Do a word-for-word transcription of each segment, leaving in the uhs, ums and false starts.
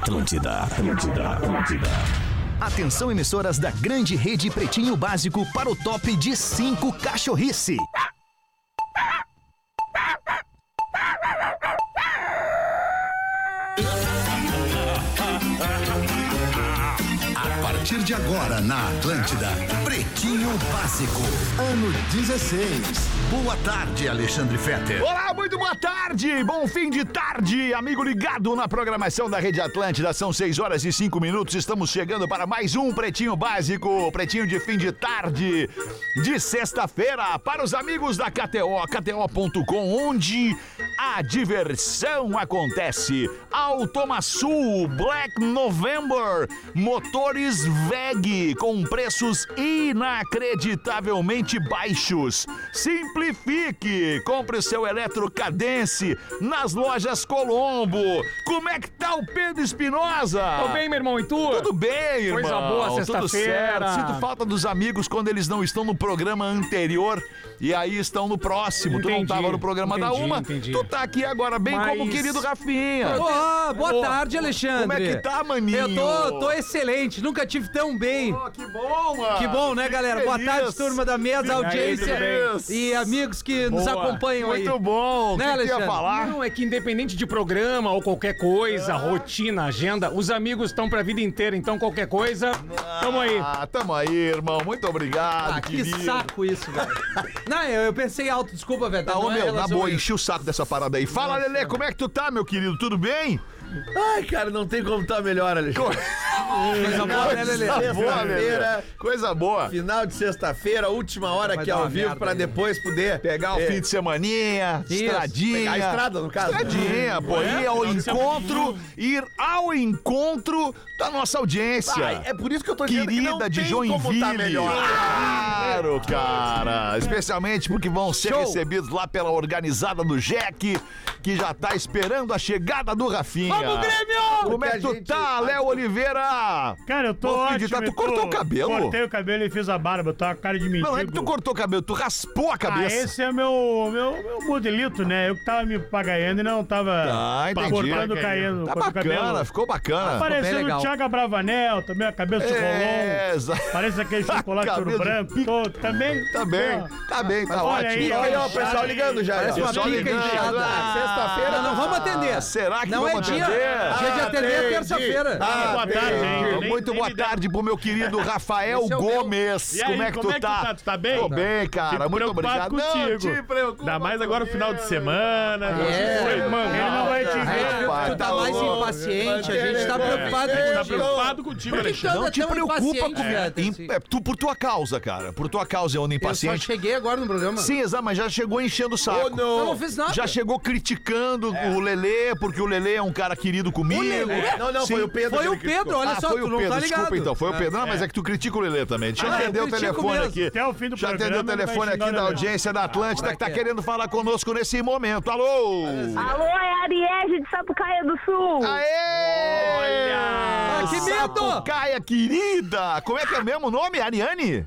Atlântida, Atlântida, Atlântida. Atenção, emissoras da grande rede Pretinho Básico para o top de cinco cachorrice. A partir de agora na Atlântida, Pretinho Básico, ano dezesseis. Boa tarde, Alexandre Fetter. Olá, muito boa tarde, bom fim de tarde, amigo ligado na programação da Rede Atlântida. São seis horas e cinco minutos, estamos chegando para mais um Pretinho Básico, Pretinho de fim de tarde, de sexta-feira, para os amigos da K T O, K T O ponto com, onde a diversão acontece. Automaçul, Black November, motores V E G com preços inacreditavelmente baixos. Simplifique, compre o seu Eletrocadence nas lojas Colombo. Como é que tá o Pedro Espinosa? Tô bem, meu irmão, e tu? Tudo bem, irmão. Coisa boa, sexta-feira. Sinto falta dos amigos quando eles não estão no programa anterior e aí estão no próximo. Entendi, tu não tava no programa entendi, da Uma, entendi. tu tá aqui agora, bem Mas... como o querido Rafinha. Oh, boa Oh, tarde, Alexandre. Como é que tá, maninho? Eu tô, tô excelente, nunca tive tão bem. Oh, que bom, mano. Que bom, né, galera? Boa Feliz. tarde, turma da mesa, audiência Feliz. e amigos que nos Boa. acompanham aí. Muito bom. O Né, que que tu ia Alexandre? falar? Não, é que independente de programa ou qualquer coisa, rotina, agenda, os amigos estão pra vida inteira, então qualquer coisa, tamo aí. Ah, tamo aí, irmão. Muito obrigado, Ah, que querido. saco isso, velho. Não, eu, eu pensei alto, desculpa, velho. Tá, não ô, é meu, na relação boa, a isso. enchi o saco dessa parada aí. Fala, Lelê, como é que tu tá, meu querido? Tudo bem? Ai, cara, não tem como estar melhor, Alexandre. Coisa boa, né, Lelê? Coisa boa, Lelê. Sexta-feira, Coisa boa. final de sexta-feira, última hora Vai aqui dar ao uma vivo, merda pra aí. depois poder Pegar o é, fim de semaninha, Isso. estradinha. pegar a estrada, no caso. Estradinha, pô, ir ao encontro, ir ao encontro da nossa audiência. Ai, é por isso que eu tô dizendo que não Querida de tem como Joinville. tá melhor. Claro, cara. Especialmente porque vão ser Show. recebidos lá pela organizada do Jack, que já tá esperando a chegada do Rafinha. Vamos, Grêmio! Como é que tu Porque a gente- tá, Léo Oliveira? Cara, eu tô Ô, filho, ótimo. tá- tu eu tô- cortou o cabelo? Cortei o cabelo e fiz a barba. Eu tô com a cara de mendigo. Não é que tu cortou o cabelo, tu raspou a Ah, cabeça. esse é meu, meu, meu modelito, né? Eu que tava me pagaiando e não tava Ah, entendi. cortando o cabelo. Tá cortando o bacana, cabelo. ficou bacana. bem Parecendo legal. o Thiago Abravanel, também a cabeça de É, rolão. exa- Parece aquele chocolate Cabelo ouro de branco. pica. Tô, também. Tá bem, Ó, tá bem, tá olha ótimo. aí, Olha aí, ó, o pessoal Aí. ligando já. Parece ó. uma Pessoal pica ligando. inchada. Ah, Sexta-feira Não, vamos atender. Será que Não vamos é dia. atender? Dia de atender é entendi. terça-feira. Ah, boa tarde, hein? Ah, Nem- muito nem boa me deram- tarde pro meu querido Rafael Esse é o meu. Gomes. E aí, como é que tu tá? Tu tá bem? Tô bem, cara. Fico Muito obrigado. preocupado contigo. Não te preocupa. Ainda mais agora no final de comigo. semana. É. Ele não vai te A gente ver. viu que tu tá mais louco. impaciente, a gente tá É. preocupado É. Tá contigo. preocupado contigo, Por que Alexandre. tu Não anda te tão preocupa impaciente, com velho, Im- assim? é, tu por tua causa, cara. Por tua causa é Eu só impaciente. cheguei agora no programa. Sim, exato, mas já chegou enchendo o saco. Ô, não. Eu não fiz nada. Já chegou criticando o Lelê, porque o Lelê é um cara querido comigo. Lelê? Não, não, Sim. foi o Pedro. Foi que o ele criticou. Pedro, olha Ah, só, foi tu o não Pedro, tá ligado. desculpa então, foi o Pedro. Não, mas é que tu critica o Lelê também. Deixa eu Ah, eu atender o critico telefone mesmo. aqui. Até o fim do Deixa eu programa, atender o ele vai telefone aqui xingar o da Lelê. audiência da Atlântida que tá Vai que é. querendo falar conosco nesse momento. Alô! Alô, é a Ariege de Sapucaia do Sul. Aê! Olha! Ah, que medo! Sapucaia, querida! Como é que é mesmo o nome? Ariane?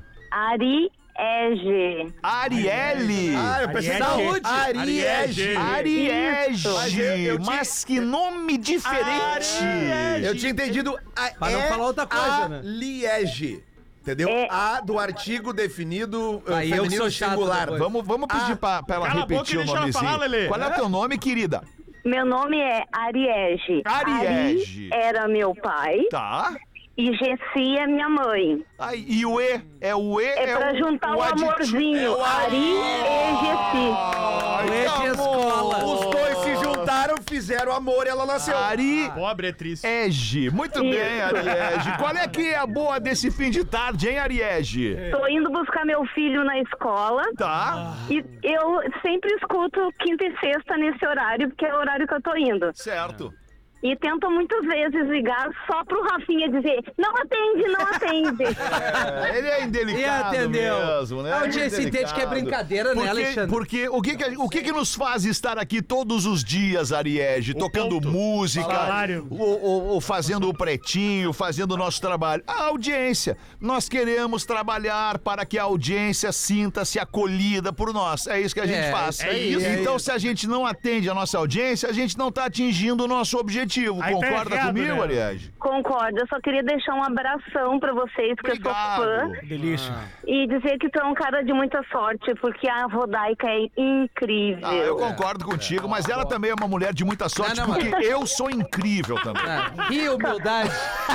Ariege. Arielle! Ah, eu pensei Ariege. saúde. Ariege. Ariege! Mas eu- eu tinha- Mas que nome diferente! Eu tinha entendido a Pra não é falar outra coisa, a né? Liege. Entendeu? É. A do artigo definido uh, Aí eu que feminino sou chato singular. depois. Vamos, vamos pedir Ah, pra, pra ela cala a boca repetir e o deixa ela nomezinho. falar, Lelê. Qual é o teu nome, querida? Meu nome é Ariege. Ariege. Ari era meu pai Tá. e Gessi é minha mãe. Aí, e o E? É o E? É, pra o, juntar o, aditivo- amorzinho. é o Ari e Gessi. Ai, O E de que escola. amor. Os dois se juntaram, fizeram amor e ela nasceu. Ari Pobre é triste. Ege. Muito Isso. bem, Ariege. Qual é que é a boa desse fim de tarde, hein, Ariege? Tô indo buscar meu filho na escola Tá, e eu sempre escuto quinta e sexta nesse horário, porque é o horário que eu tô indo. certo. E tento muitas vezes ligar só pro Rafinha dizer, não atende, não atende. É, ele é indelicado E atendeu. mesmo, né? A audiência Indelicado. entende que é brincadeira, né, Porque- Alexandre? Porque o que que, o que que nos faz estar aqui todos os dias, Ariege, tocando ponto. música, Salário. ou, ou- ou fazendo o pretinho, fazendo o nosso trabalho? A audiência. Nós queremos trabalhar para que a audiência sinta-se acolhida por nós. É isso que a gente É, faz. é isso, é Então, isso. se a gente não atende a nossa audiência, a gente não está atingindo o nosso objetivo. motivo. Aí tá Concorda errado, comigo, né? Ariadne? Concordo, eu só queria deixar um abração pra vocês, porque eu sou fã. Obrigado. Delícia. E dizer que tu é um cara de muita sorte, porque a Rodaica é incrível. Ah, eu concordo contigo, mas ela também é uma mulher de muita sorte, Não, não, porque eu sou incrível também. Ah, que humildade.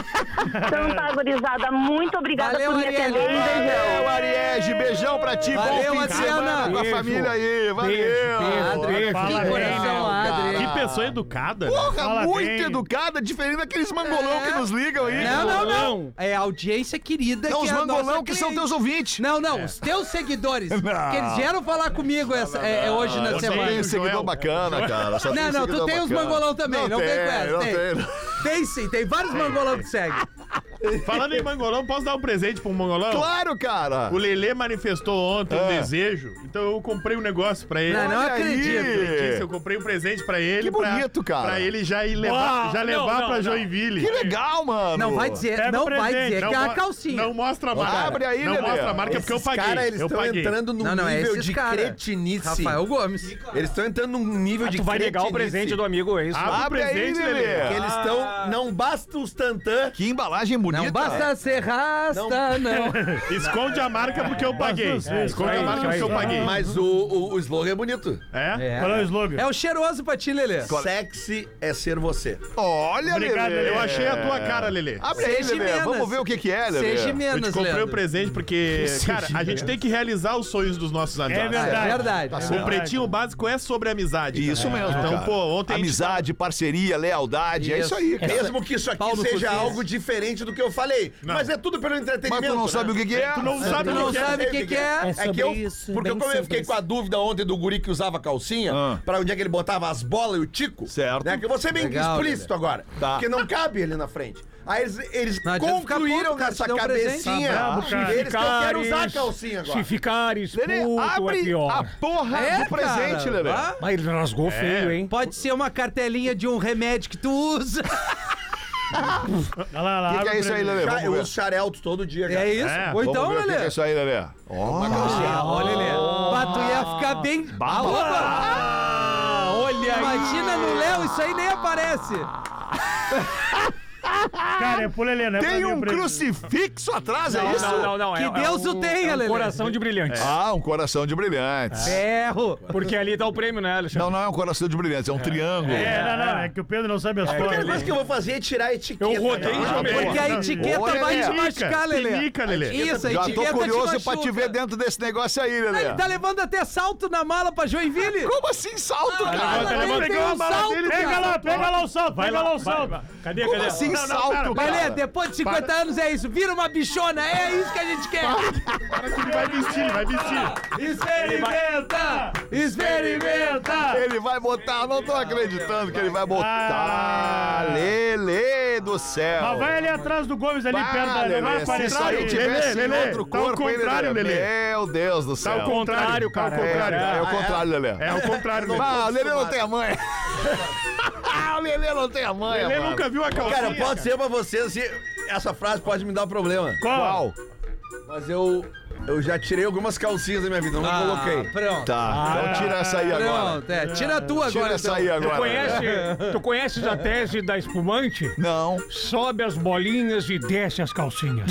Então tá, gurizada, muito obrigada Valeu, por me Arielle. atender. Um beijão. Valeu, Ariege, beijão pra ti, Valeu, bom fim de Adriana. semana com a Beijo. família aí, valeu. Beijo, beijo, Adri, beijo. Fala que bem, coração, né, Adri. Que pessoa educada. né? Porra, Fala muito bem. educada, diferente daqueles mangolão que nos ligam aí. Não, não, não. Mangolão. É a audiência querida Não, que os é a mangolão nossa que são cliente. teus ouvintes. Não, não, os teus seguidores. Não. Que eles vieram falar comigo essa, é, é hoje na eu Só sei. semana. tem Joel. seguidor bacana, cara. Só tem Não, não, tu seguidor tem os bacana. mangolão também, não, vem com essa. Não tem. tem. Tem sim, tem vários mangolão que seguem. Falando em mangolão, posso dar um presente pra um mangolão? Claro, cara. O Lelê manifestou ontem um É. desejo, então eu comprei um negócio pra ele. Não, não Olha acredito. aí. Disse, eu comprei um presente pra ele. Que bonito, pra, cara. Pra ele já ir levar, Uau, já não, levar não, pra não. Joinville. Que legal, mano. Não vai dizer, Pega o não vai presente. dizer Não que é a mo- calcinha. Não mostra a marca. Abre aí, Não Lelê. mostra a marca porque eu paguei. Cara, eles eu estão paguei. entrando num Não, não, é nível esses de cara. cretinice. Rafael Gomes. Eles estão entrando num nível de Tu vai negar o cretinice. presente do amigo, é isso? Abre o Abre aí, presente, Lelê. Lelê. Que eles estão... Não basta os tantã. Que embalagem bonita. Não basta ser rasta, não. Esconde a marca porque eu paguei. Basta- Esconde a Isso marca aí, porque eu isso aí. paguei. Mas o, o, o slogan é bonito. É? Qual é o slogan? É o cheiroso pra ti, Lelê. Sexy é ser você. Olha, Obrigado, Lelê. Eu achei a tua cara, Lelê. Abre aí, Seja Lelê. menos. Vamos ver o que que é, Lelê. Seja Eu menos, te comprei o Leandro. presente porque, cara, a gente tem que realizar os sonhos dos nossos amigos. É verdade. É verdade. É O verdade. Pretinho Básico é sobre amizade. cara. Isso mesmo, Então, cara. pô, ontem a gente Amizade, parceria, lealdade, é Isso. isso aí, cara. Mesmo que isso aqui Paulo seja Cusins. algo diferente do que eu falei. Mas é tudo pelo entretenimento. Mas tu não né? sabe o que que é? Tu não sabe Tu o não que é. sabe o que, que é? É que eu, porque como eu fiquei com a dúvida ontem do guri que usava calcinha, Ah. pra onde é que ele botava as bolas e o tico. Certo. Né? Que eu vou ser bem Legal, explícito agora. Tá. Porque não cabe ele na frente. Aí eles, eles Não adianta ficar concluíram puto, cara, nessa te deu um presente. cabecinha. Tá brabo, cara. eles que eu quero Ficares- usar a calcinha agora. Se ficares Lelê, puto, é abre pior. a porra É, do presente, cara. Lelê. Ah, Mas ele rasgou feio, hein? Pode ser uma cartelinha de um remédio que tu usa. Olha lá, lá, O que, que abre é isso aí, pra- Lelê? Cara, Vamos eu ver. uso xarelto todo dia, cara. É isso? É, Ou então, Vamos ver o que que é Lelê. isso aí, Lelê. Ó. Ah, olha, Lelê. Bah, tu ia ficar bem. Ah, olha aí. Imagina no Léo, isso aí nem aparece. Cara, é pro Lelê, né? Tem um crucifixo atrás, é isso? Não, não, não. Que é, Deus é o um, tenha, é um Lelê. coração de brilhantes. Ah, um coração de brilhantes. Ferro. Porque ali tá o prêmio, né, Alexandre? Não, não é um coração de brilhantes, é um triângulo. É, não, não, é que o Pedro não sabe as A primeira coisas. coisa que eu vou fazer é tirar a etiqueta. Eu rodei cara. e já Porque Porque a Não, etiqueta olha, vai te Lelê. machucar, Lelê. Pinica, Lelê. Isso, a Já tô etiqueta curioso te pra te ver machuca. dentro desse negócio aí, Ah, Lelê. Ele tá levando até salto na mala pra Joinville. Como assim salto, Ah, cara? ele levando- tem pegou a um mala salto, dele, Pega cara. lá, pega lá o salto, Vai pega lá, lá o vai, salto. vai. Cadê, Como cadê? assim Não, não, salto, para, Mas, Lelê, cara? depois de cinquenta anos é isso. Vira uma bichona. É isso que a gente quer. Ele vai vestir, ele vai vestir. Experimenta! Experimenta! Ele vai botar, eu não tô acreditando que ele vai botar. Ah. Lelê do céu. Mas vai ali atrás do Gomes, ali Bah, perto da... Lelê, Não vai se isso aparecer aí aí. tivesse Lelê, em Lelê, outro tá ao corpo, hein, contrário, Lelê. Meu Deus do céu. Tá ao contrário, tá ao É, contrário. é, é o contrário, Lelê. É ao contrário, Lelê. Ah, o Lelê não tem a mãe. Ah, o Lelê não tem a mãe, Ele mano. nunca viu a calcinha. Cara, pode ser pra vocês assim. Essa frase pode me dar problema. Qual? Mas eu. Eu já tirei algumas calcinhas da minha vida, não coloquei. Pronto. Tá, então tira essa aí agora. Pronto, é. Tira a tua Tira agora, essa então. aí Tu agora. conhece, tu conheces a tese da espumante? Não. Sobe as bolinhas e desce as calcinhas.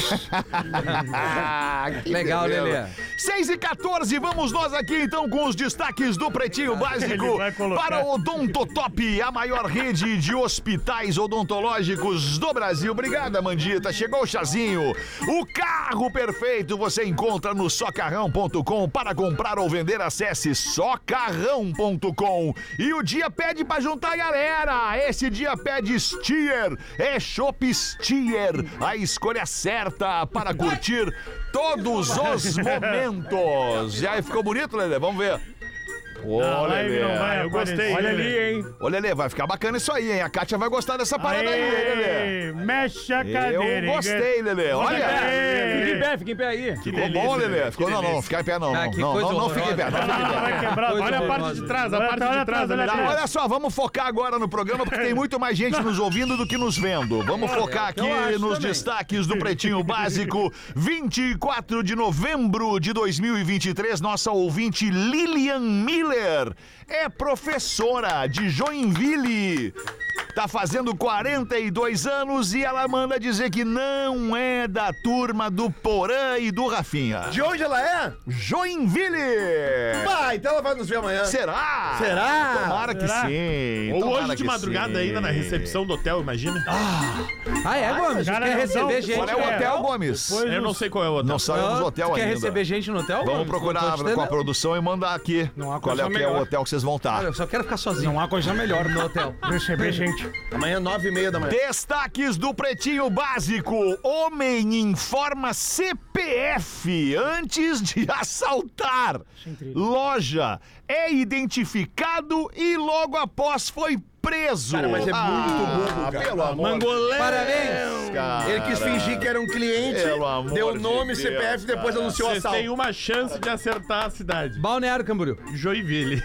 Ah, que Legal, beleza. Lelê. seis e quatorze, vamos nós aqui então com os destaques do Pretinho Básico Ele vai colocar. para o Odontotop, a maior rede de hospitais odontológicos do Brasil. Obrigada, Mandita. Chegou o chazinho. O carro perfeito você encontra no socarrão ponto com. Para comprar ou vender, acesse socarrão ponto com. E o dia pede pra juntar a galera. Esse dia pede Stier. É Chopp Stier. A escolha certa para curtir todos os momentos. E aí, ficou bonito, Lelê? Vamos ver. Ô, A live Lelê. não vai eu gostei. aparecer. Olha ali, hein? Ô, Lelê, vai ficar bacana isso aí, hein? A Kátia vai gostar dessa parada aí, hein, Lelê? Aê, mexe a cadeira. Eu hein? gostei, Lelê. Olha. Aê. Fica em pé, fica em pé aí. Ficou bom, Lelê. Ficou, não, não, não fica em pé, não. Ah, Não, que não, coisa não, não fique em pé. Não horrorosa. fique em pé. Vai quebrar. Coisa Olha a parte horrorosa. de trás, a Olha, parte olha de atrás, trás. olha Lelê. atrás. Olha só, vamos focar agora no programa, porque tem muito mais gente nos ouvindo do que nos vendo. Vamos focar aqui eu acho nos também. destaques do Pretinho Básico. vinte e quatro de novembro de dois mil e vinte e três, nossa ouvinte Lilian Miller é professora de Joinville. tá fazendo quarenta e dois anos e ela manda dizer que não é da turma do Porã e do Rafinha. De onde ela é? Joinville! Ah, então ela vai nos ver amanhã. Será? Será? Tomara que Será? sim. Ou tomara hoje de que madrugada sim. ainda na recepção do hotel, imagina. Ah, é, Gomes? Tu cara, quer não, receber não, gente? Qual é o É. hotel, Gomes? Depois Eu não sei qual é o hotel. Não sabemos o hotel Tu quer ainda. receber gente no hotel? Vamos Gomes? procurar Não tô te com a entendendo. produção e mandar aqui Não há qual é, coisa que é o melhor. hotel que vocês vão estar. Cara, eu só quero ficar sozinho. Não há coisa melhor. No hotel. Receber gente. Amanhã, nove e meia da manhã. Destaques do Pretinho Básico. Homem informa C P F antes de assaltar. Loja é identificado e logo após foi preso. Cara, mas é muito burro, cara. Pelo amor Mangolé! Parabéns! cara. Ele quis fingir que era um cliente, Pelo amor deu de nome, Deus, C P F e depois cara. anunciou o Vocês assalto. têm uma chance de acertar a cidade. Balneário Camboriú. Joinville.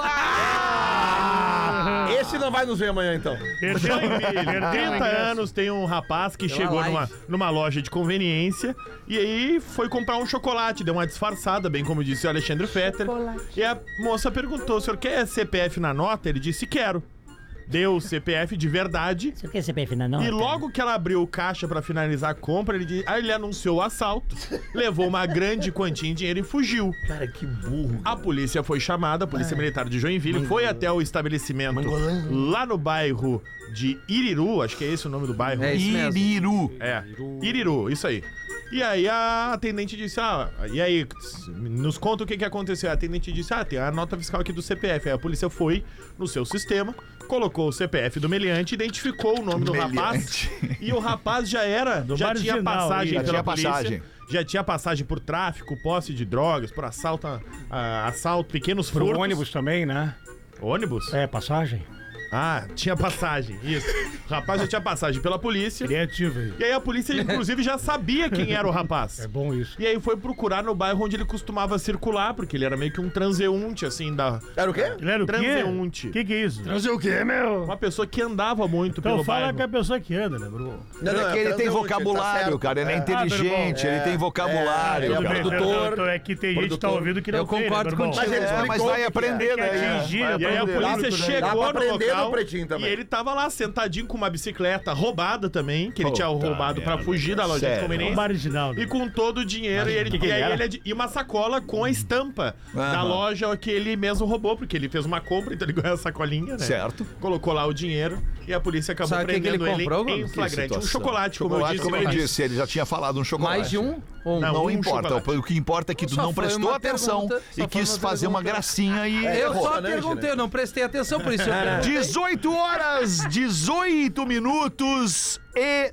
Bah! Esse não vai nos ver amanhã, então. Perdeu. Joinville. Perdeu o trinta ingresso. anos, tem um rapaz que Pela chegou live. numa, numa loja de conveniência e aí foi comprar um chocolate, deu uma disfarçada, bem como disse o Alexandre Fetter. E a moça perguntou, o senhor quer C P F na nota? Ele disse, quero. Deu o C P F de verdade. Você quer C P F na nota? E logo que ela abriu o caixa pra finalizar a compra, ele, di- aí ele anunciou o assalto, levou uma grande quantia em dinheiro e fugiu. Cara, que burro. A polícia foi chamada, a Polícia Militar de Joinville, foi até o estabelecimento lá no bairro de Iriru, acho que é esse o nome do bairro. É isso mesmo. Iriru. É, Iriru, isso aí. E aí a atendente disse, ah, e aí, nos conta o que que aconteceu. A atendente disse, ah, tem a nota fiscal aqui do C P F. Aí a polícia foi no seu sistema, colocou o C P F do meliante, identificou o nome do rapaz. E o rapaz já era, Do já tinha marginal, passagem já pela tinha polícia. passagem. Já tinha passagem por tráfico, posse de drogas, por assalto, ah, assalto, pequenos Pro furtos. ônibus também, né? Ônibus? É, passagem. Ah, tinha passagem, isso. O rapaz já tinha passagem pela polícia. Criativo aí. E aí a polícia, inclusive, já sabia quem era o rapaz. É bom isso. E aí foi procurar no bairro onde ele costumava circular, porque ele era meio que um transeunte, assim, da... Era o quê? Ele era o quê? Transeunte. O que que é isso? Fazer o quê, meu? Uma pessoa que andava muito Então pelo fala bairro. que é a pessoa que anda, né, Bruno? Não, é que ele tem vocabulário, cara. Ele é inteligente, Ah, ele tem vocabulário. É, Tudo cara. bem, produtor, então é que tem gente que tá ouvindo que não Eu tem, né, concordo meu irmão? contigo. Mas ele É, mas explicou vai o que que é. aprender, Tem que né? atingir, Vai né, E aí a aprender. polícia público, né? chegou Dá pra no aprender local no Pretinho e também. ele tava lá sentadinho com uma bicicleta roubada também, que ele tinha Puta roubado pra merda, fugir da loja sério? de É um conveniência. marginal. né? E com todo o dinheiro, e, ele, que que e aí ele era? ele ad- e uma sacola com a estampa da Aham. loja que ele mesmo roubou, porque ele fez uma compra, então ele ganhou a sacolinha, né? Certo. Colocou lá o dinheiro e a polícia acabou Sabe o que que prendendo ele ele, comprou, em Gomes? flagrante. Um situação. chocolate, como eu Chocolate, disse. como ele mas- disse, ele já tinha falado um chocolate. Mais de um? Ou um? Não, Não um importa, chocolate. o que importa é que tu Só não foi prestou uma atenção pergunta, só e foi quis uma fazer uma pergunta. gracinha e Eu só emocionante, perguntei, né? eu não prestei atenção, por isso eu perguntei. dezoito horas, dezoito minutos e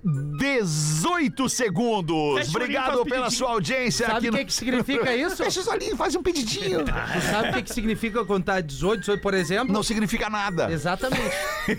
dezoito segundos. Fecha o olhinho, Obrigado faz pela pedidinho. sua audiência Sabe aqui o no... que, que significa isso? Fecha os olhinhos, faz um pedidinho. Tu sabe o que, que significa quando tá dezoito, dezoito, por exemplo? Não significa nada. Exatamente.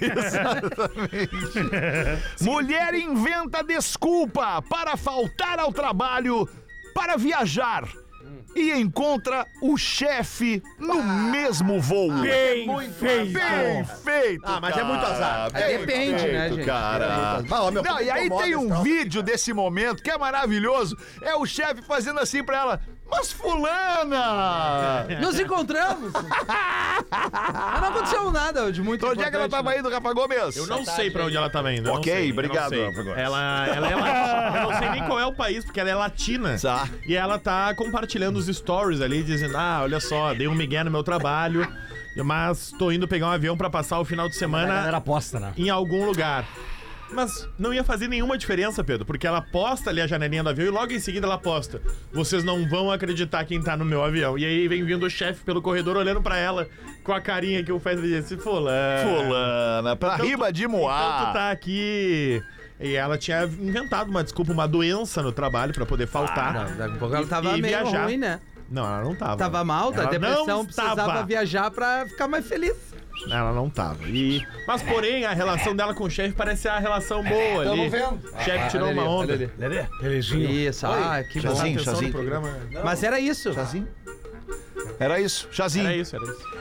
Mulher inventa desculpa para faltar ao trabalho para viajar e encontra o chefe no mesmo voo. Bem feito. Bem feito. Ah, mas é muito azar. Bem É, depende, feito, né, gente? cara. Ah, ó, meu, Não, e aí incomoda tem esse um troço. vídeo desse momento que é maravilhoso. É o chefe fazendo assim pra ela. Mas fulana! Nos encontramos. Mas não aconteceu nada de muito Onde é que ela importante, tava né? indo, Rafa Gomes? Eu não sei pra onde ela tava indo. eu não Ok, sei, eu obrigado, não sei. Rafa Gomes. Ela, ela é latina. Eu não sei nem qual é o país, porque ela é latina. Tá. E ela tá compartilhando os stories ali, dizendo: ah, olha só, dei um migué no meu trabalho, mas tô indo pegar um avião pra passar o final de A semana galera aposta, né? em algum lugar. Mas não ia fazer nenhuma diferença, Pedro, porque ela posta ali a janelinha do avião e logo em seguida ela posta: vocês não vão acreditar quem tá no meu avião. E aí vem vindo o chefe pelo corredor olhando pra ela com a carinha que o faz e diz: fulano. Fulana, pra Então riba tu- de Então moar. tu tá aqui. E ela tinha inventado uma desculpa, uma doença no trabalho pra poder faltar. Não, daqui a pouco ela E- tava e meio viajar. ruim, né? Não, ela não tava. Tava mal, da Ela depressão, não precisava estava. viajar pra ficar mais feliz. Ela não tava. E... Mas, porém, a relação dela com o chefe parece a relação boa ali. Tamo vendo. O chefe tirou olha uma ali, onda. olha ali. Telezinho. Isso, ah, que bom. Chazinho, Atenção chazinho. no programa. Mas era isso. Chazinho? Era isso, chazinho. Era isso, era isso.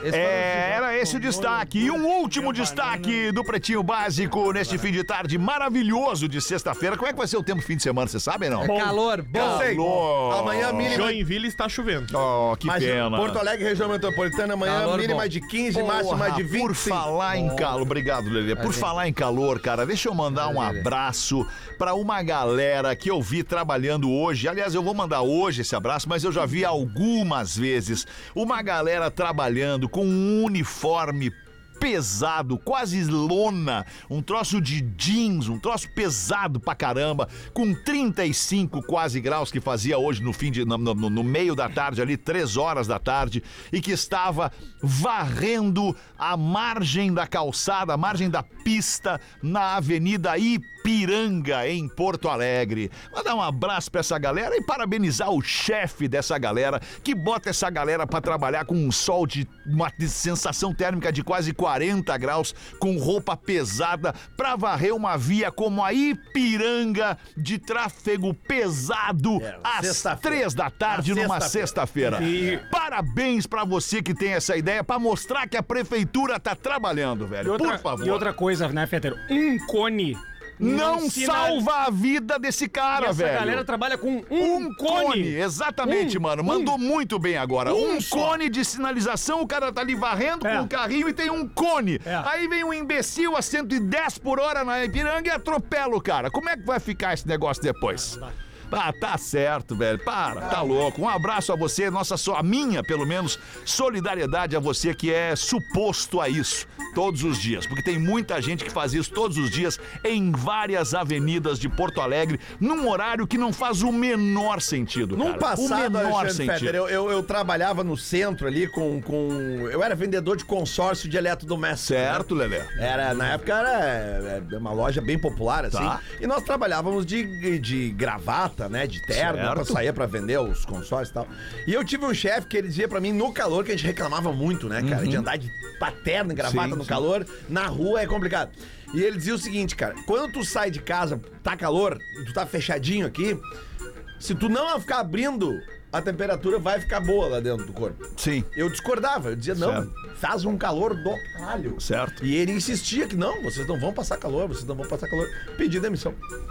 Esse É, era esse o destaque. E um último destaque do Pretinho Básico neste fim de tarde maravilhoso de sexta-feira. Como é que vai ser o tempo fim de semana, você sabe, não? é calor, bom. Eu sei. Calor. Amanhã mínima. Joinville está chovendo. Oh, que Mas pena. Porto Alegre, região metropolitana, amanhã Calor mínima bom. de quinze, Porra, máxima de vinte. Por falar em calor, obrigado, Lelê. Por gente. falar em calor, cara, deixa eu mandar um Lelê. abraço pra uma galera que eu vi trabalhando hoje. Aliás, eu vou mandar hoje esse abraço, mas eu já vi algumas vezes uma galera trabalhando com um uniforme pesado, quase lona, um troço de jeans, um troço pesado pra caramba, com trinta e cinco quase graus que fazia hoje no fim de, no, no, no meio da tarde ali, três horas da tarde, e que estava varrendo a margem da calçada, a margem da pista na Avenida Ipiranga, em Porto Alegre. Vou dar um abraço pra essa galera e parabenizar o chefe dessa galera, que bota essa galera pra trabalhar com um sol de uma sensação térmica de quase quarenta graus, com roupa pesada, pra varrer uma via como a Ipiranga, de tráfego pesado, É, às sexta-feira. três da tarde, Na numa sexta-feira. sexta-feira. Parabéns pra você que tem essa ideia, pra mostrar que a prefeitura tá trabalhando, E velho. outra, Por favor. e outra coisa, né, Fetter? Um cone. Não sinal- salva a vida desse E cara, essa velho. galera trabalha com um, Um cone, exatamente, Um, mano. um. Mandou muito bem agora. Um, Um só. cone de sinalização, o cara tá ali varrendo É. com o carrinho e tem um cone. É. Aí vem um imbecil a cento e dez por hora na Ipiranga e atropela o cara. Como é que vai ficar esse negócio depois? Ah, tá certo, velho. Para, tá louco. Um abraço a você, nossa, só a minha, pelo menos, solidariedade a você que é suposto a isso todos os dias. Porque tem muita gente que faz isso todos os dias em várias avenidas de Porto Alegre, num horário que não faz o menor sentido, Num cara. passado, o menor Alexandre sentido. Fetter, eu, eu, eu trabalhava no centro ali com, com... Eu era vendedor de consórcio de eletrodomésticos. Certo, Lelê? Né? Era, na época era, era uma loja bem popular, assim. Tá. E nós trabalhávamos de, de gravata, né? De terno, Certo. pra sair pra vender os consórcios e tal. E eu tive um chefe que ele dizia pra mim, no calor, que a gente reclamava muito, né, cara? De andar de paterno e gravata Sim, no sim. calor, na rua é complicado. E ele dizia o seguinte, cara, quando tu sai de casa, tá calor, tu tá fechadinho aqui, se tu não ficar abrindo, a temperatura vai ficar boa lá dentro do corpo. Sim. Eu discordava, eu dizia, não, Certo. faz um calor do caralho. Certo. E ele insistia que não, vocês não vão passar calor, vocês não vão passar calor. Pedi demissão.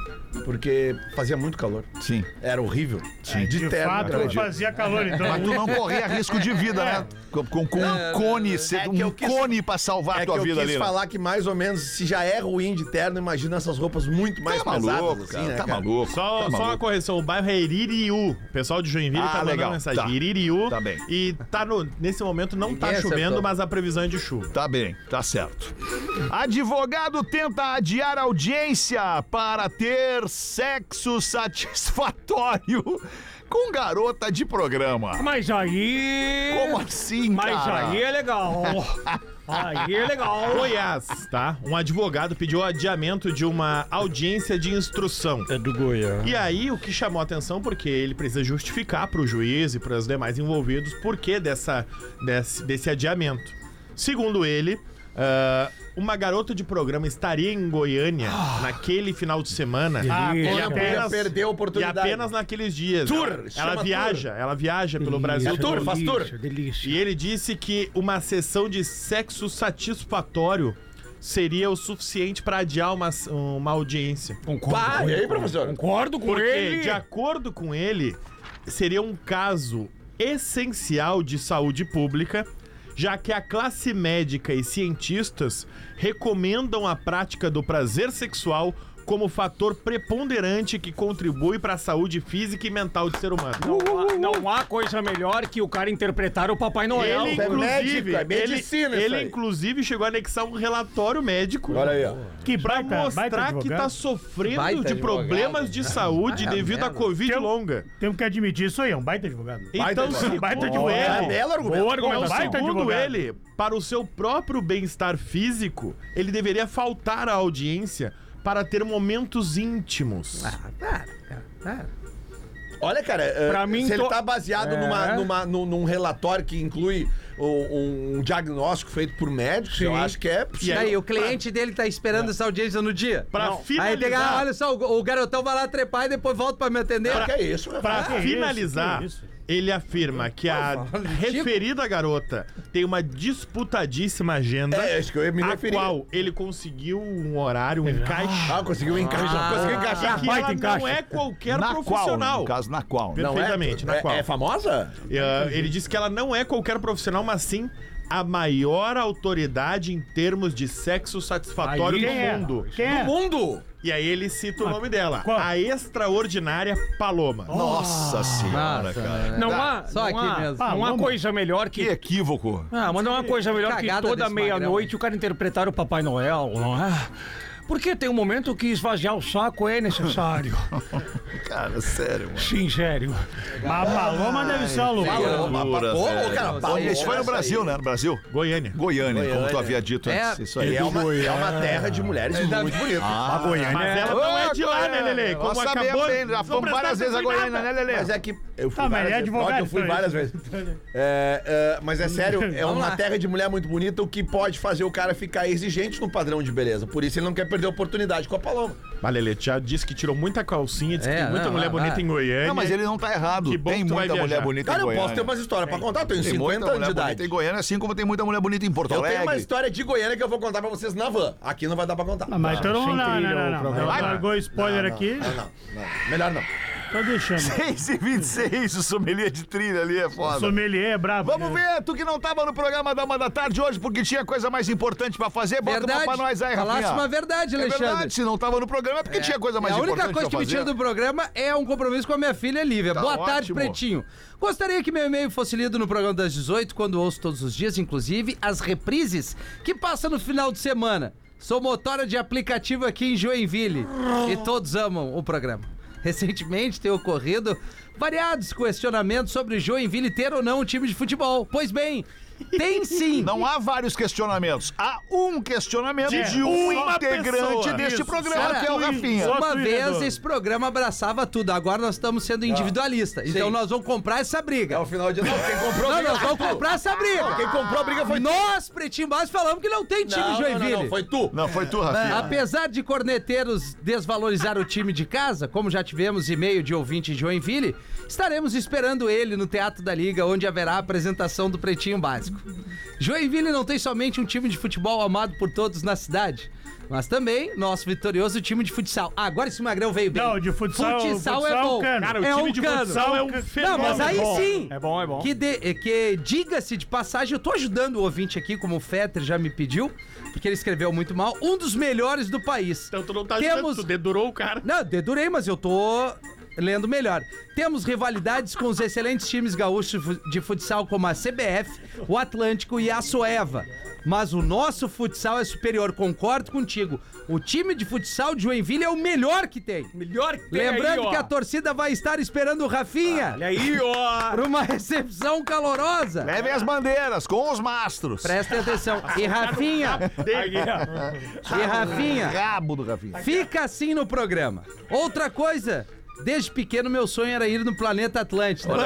Porque fazia muito calor. Sim. Era horrível. Sim. De terno, fato, acredito. fazia calor, então. Mas tu não corria risco de vida, né? Com, com- com um cone, ser- é que eu um quis- cone pra salvar É a que tua eu vida quis ali. né? falar que mais ou menos, se já é ruim de terno, imagina essas roupas muito mais Tá pesadas, maluco, assim, cara. né, Tá cara? maluco. Só, tá só uma maluco. correção, o bairro é Iririú. O pessoal de Joinville Ah, tá mandando legal, mensagem. tá. Iririú. Tá bem. E tá no, nesse momento não tá Ninguém chovendo, acertou. mas a previsão é de chuva. Tá bem, tá certo. Advogado tenta adiar audiência para ter sexo satisfatório com garota de programa. Mas aí... Como assim, Mas cara? aí é legal. Aí é legal. Goiás, tá? Um advogado pediu adiamento de uma audiência de instrução. É do Goiás. E aí, o que chamou a atenção, porque ele precisa justificar para o juiz e para os demais envolvidos por que dessa, desse, desse adiamento. Segundo ele, ah, uma garota de programa estaria em Goiânia naquele final de semana Ah, e, pô, Não podia apenas, perder a e oportunidade. apenas naqueles dias. Tour, Ela, chama ela viaja, ela viaja pelo Brasil. tour, todo. faz tour. Delícia. E ele disse que uma sessão de sexo satisfatório seria o suficiente para adiar uma, uma audiência. Concordo Pá, com e ele. aí, professor? Concordo com Porque, ele. de acordo com ele, seria um caso essencial de saúde pública, já que a classe médica e cientistas recomendam a prática do prazer sexual como fator preponderante que contribui para a saúde física e mental do ser humano. Não há, não há coisa melhor que o cara interpretar o Papai Noel. Ele, Isso é inclusive, médico, é medicina ele, isso ele aí. inclusive, chegou a anexar um relatório médico. Olha aí, ó. Que Pra baita, baita mostrar que advogado. tá sofrendo Baita de advogado. problemas de saúde Ah, devido à merda. Covid Tem um- longa. Temos que admitir isso aí, é um baita advogado. Então, advogado. Baita segundo advogado. ele, Belo argumento. Boa argumentação. então, Baita segundo advogado. ele, para o seu próprio bem-estar físico, ele deveria faltar à audiência para ter momentos íntimos. Ah, para, cara, para. Olha, cara, eh, Pra mim, se ele to- tá baseado É. numa, numa, num, num relatório que inclui um, um diagnóstico feito por médicos, eu Sim. acho que é E possível. aí, Aí, o cliente dele tá esperando essa audiência no dia. Pra Não. Aí finalizar- tem que, ah, olha só, o, o garotão vai lá trepar e depois volta pra me atender. Que é isso, Para Que finalizar, isso, que isso? ele afirma que a referida garota tem uma disputadíssima agenda, É, acho que eu ia me a referir. qual ele conseguiu um horário, um encaixe, Ah, conseguiu encaixar. Conseguiu encaixar. que baita ela encaixe. não é qualquer Na qual, profissional. no caso, na qual. Não é? Perfeitamente, na É- qual. É famosa? Uh, ele disse que ela não é qualquer profissional, mas sim a maior autoridade em termos de sexo satisfatório Quem do é? mundo. Quem é? Mundo! E aí ele cita o nome dela, qual? a extraordinária Paloma. Nossa senhora, Nossa, cara. Não Tá, há, só não aqui há, mesmo. não há Paloma. coisa melhor Que que... equívoco. Ah, mas não há coisa melhor que Cagada toda desse meia-noite o cara interpretar o Papai Noel, não é? Porque tem um momento que esvaziar o saco é necessário. Cara, sério, mano. Sim, sério. Mas a Paloma deve ser uma loucura. Loucura, Ô, sério. cara, Paloma. Isso foi no Brasil, né? No Brasil? Goiânia. Goiânia, como tu Goiânia. havia dito É. antes. Isso aí. É uma, é uma terra de mulheres muito bonita. Ah, Mas ela não é de lá, né, Lelê? Como Nós acabou... sabemos bem, já não fomos prestaram várias vezes a atenção em Goiânia, né, nada. Lelê? Mas é que eu fui Tá, mas ele é várias vezes. advogado, Óbvio, eu fui então, várias isso. vezes. É, é, mas é sério, é Vamos uma lá. terra de mulher muito bonita, o que pode fazer o cara ficar exigente no padrão de beleza. Por isso ele não quer perder a oportunidade com a Paloma. Mas Lelê já disse que tirou muita calcinha, disse É, que tem muita não, mulher vai, bonita vai. em Goiânia. Não, mas ele não tá errado. Que bom Tem que tu vai muita mulher viajar. bonita Cara, em eu Goiânia. posso ter umas histórias pra contar, eu tenho Tem cinquenta muita anos de mulher bonita idade. em Goiânia, assim como tem muita mulher bonita em Porto Eu Alegre. tenho uma história de Goiânia que eu vou contar pra vocês na van. Aqui não vai dar pra contar. Ah, mas todo mundo. Não, não, trilha não. o não. programa. Ela largou spoiler aqui. Não, não, não. Melhor não. Tô deixando. seis e vinte e seis, o sommelier de trilha ali é foda. Sommelier é brabo. Vamos ver, tu que não tava no programa da uma da tarde hoje porque tinha coisa mais importante pra fazer, bota uma Verdade. pra nós aí, Falasse Rafinha. uma verdade, É Alexandre. verdade, se não tava no programa é porque tinha coisa mais É, a importante única coisa que pra me fazer. tira do programa é um compromisso com a minha filha Lívia. Tá Boa ótimo. tarde, Pretinho. Gostaria que meu e-mail fosse lido no programa das dezoito, quando ouço todos os dias, inclusive as reprises que passa no final de semana. Sou motora de aplicativo aqui em Joinville e todos amam o programa. Recentemente tem ocorrido variados questionamentos sobre Joinville ter ou não um time de futebol. Pois bem, tem sim. Não há vários questionamentos. Há um questionamento É, de um uma integrante pessoa. deste Isso, programa, só que é o tu e- Rafinha. só Uma tu e vez Redondo. esse programa abraçava tudo, agora nós estamos sendo individualistas. Então nós vamos comprar essa briga. É o final de novo. Quem comprou a Não, briga nós foi vamos tu. comprar essa briga. Quem comprou a briga foi tu. Nós, Pretinho Básico, falamos que não tem time Não, em não, Joinville. não, não, foi tu. Não, foi tu, Rafinha. Apesar de corneteiros desvalorizar o time de casa, como já tivemos e-mail de ouvinte de Joinville, estaremos esperando ele no Teatro da Liga, onde haverá a apresentação do Pretinho Básico. Joinville não tem somente um time de futebol amado por todos na cidade, mas também nosso vitorioso time de futsal. Ah, agora esse Magrão veio bem. Não, de futsal- Futsal, futsal é bom. cano. Cara, o é time um de cano. futsal é um Não, fenômeno. mas aí É bom, sim. é bom, é bom. Que, de- que diga-se de passagem, eu tô ajudando o ouvinte aqui, como o Fetter já me pediu, porque ele escreveu muito mal, um dos melhores do país. Então tu não tá Temos- ajudando, tu dedurou o cara. Não, dedurei, mas eu tô lendo melhor. Temos rivalidades com os excelentes times gaúchos de futsal como a C B F, o Atlântico e a Soeva. Mas o nosso futsal é superior, concordo contigo. O time de futsal de Joinville é o melhor que tem. Melhor que tem Lembrando aí, ó. que a torcida vai estar esperando o Rafinha Olha aí, ó. para uma recepção calorosa. Levem as bandeiras com os mastros. Prestem atenção. E Rafinha, Aí, ó. e Rafinha, Rabo do Rafinha. fica assim no programa. Outra coisa, desde pequeno meu sonho era ir no Planeta Atlântida.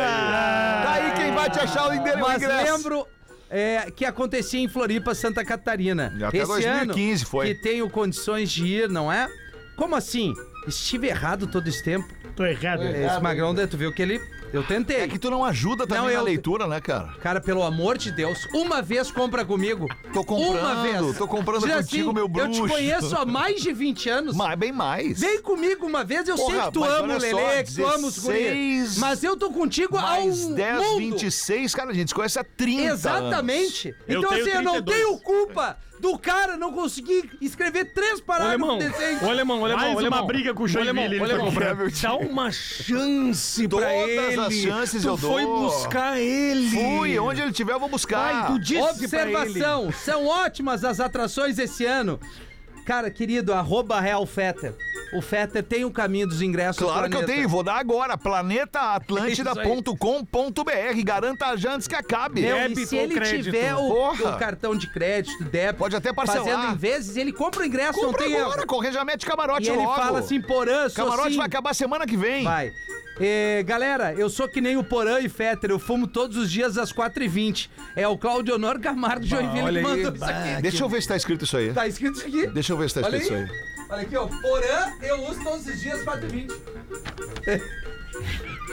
Daí quem vai te achar o endereço? Mas lembro é, que acontecia em Floripa, Santa Catarina. E até Esse dois mil e quinze ano, foi. que tenho condições de ir, não é? Como assim? Estive errado todo esse tempo. Tô errado. Esse Magrão, tu viu que ele... Eu tentei. É que tu não ajuda também Não, na eu- leitura, né, cara? Cara, pelo amor de Deus, uma vez compra comigo. Tô comprando, Uma vez. tô comprando Diz contigo, meu Eu te bruxo. conheço há mais de vinte anos. Mas bem mais. Vem comigo uma vez, eu sei Porra, que tu mas ama o olha só, Lelê, que tu ama os guri. dezesseis Mas eu tô contigo há Mais um dez, mundo. vinte e seis, cara, a gente se conhece há trinta Exatamente. Eu Então tenho assim, eu não trinta e dois. tenho culpa do cara não conseguir escrever três Ô, parágrafos alemão, decentes. ô, alemão, ô, alemão, Mais ô, alemão. uma briga com o Ô, Joinville, alemão, ele ô, tá alemão, comprando. dá uma chance pra Todas ele. as chances tu eu dou. foi buscar ele. Fui, onde ele tiver eu vou buscar. Ai, tu disse pra ele. Observação, são ótimas as atrações esse ano. Cara, querido, arroba Real Fetter. O Fetter tem o caminho dos ingressos ao Claro que eu planeta. tenho, vou dar agora, planeta atlântida ponto com ponto b r, garanta já antes que acabe. Meu, Débito e se ou ele crédito? tiver o, Porra. o cartão de crédito, débito, Pode até parcelar. fazendo em vezes, ele compra o ingresso, Compra não tem agora, erro. corre, já mete camarote E ele logo. fala assim, Porã, sou Camarote sim. vai acabar semana que vem. Vai. É, galera, eu sou que nem o Porã e Fetter, eu fumo todos os dias às quatro e vinte. É o Claudio Honor Camargo de Joinville que olha aí, mandou isso aqui. Deixa eu ver se tá escrito isso aí. Tá escrito isso aqui. Deixa eu ver se tá Olha escrito aí. isso aí. Olha aqui, ó. Porã, eu uso todos os dias quatro e vinte.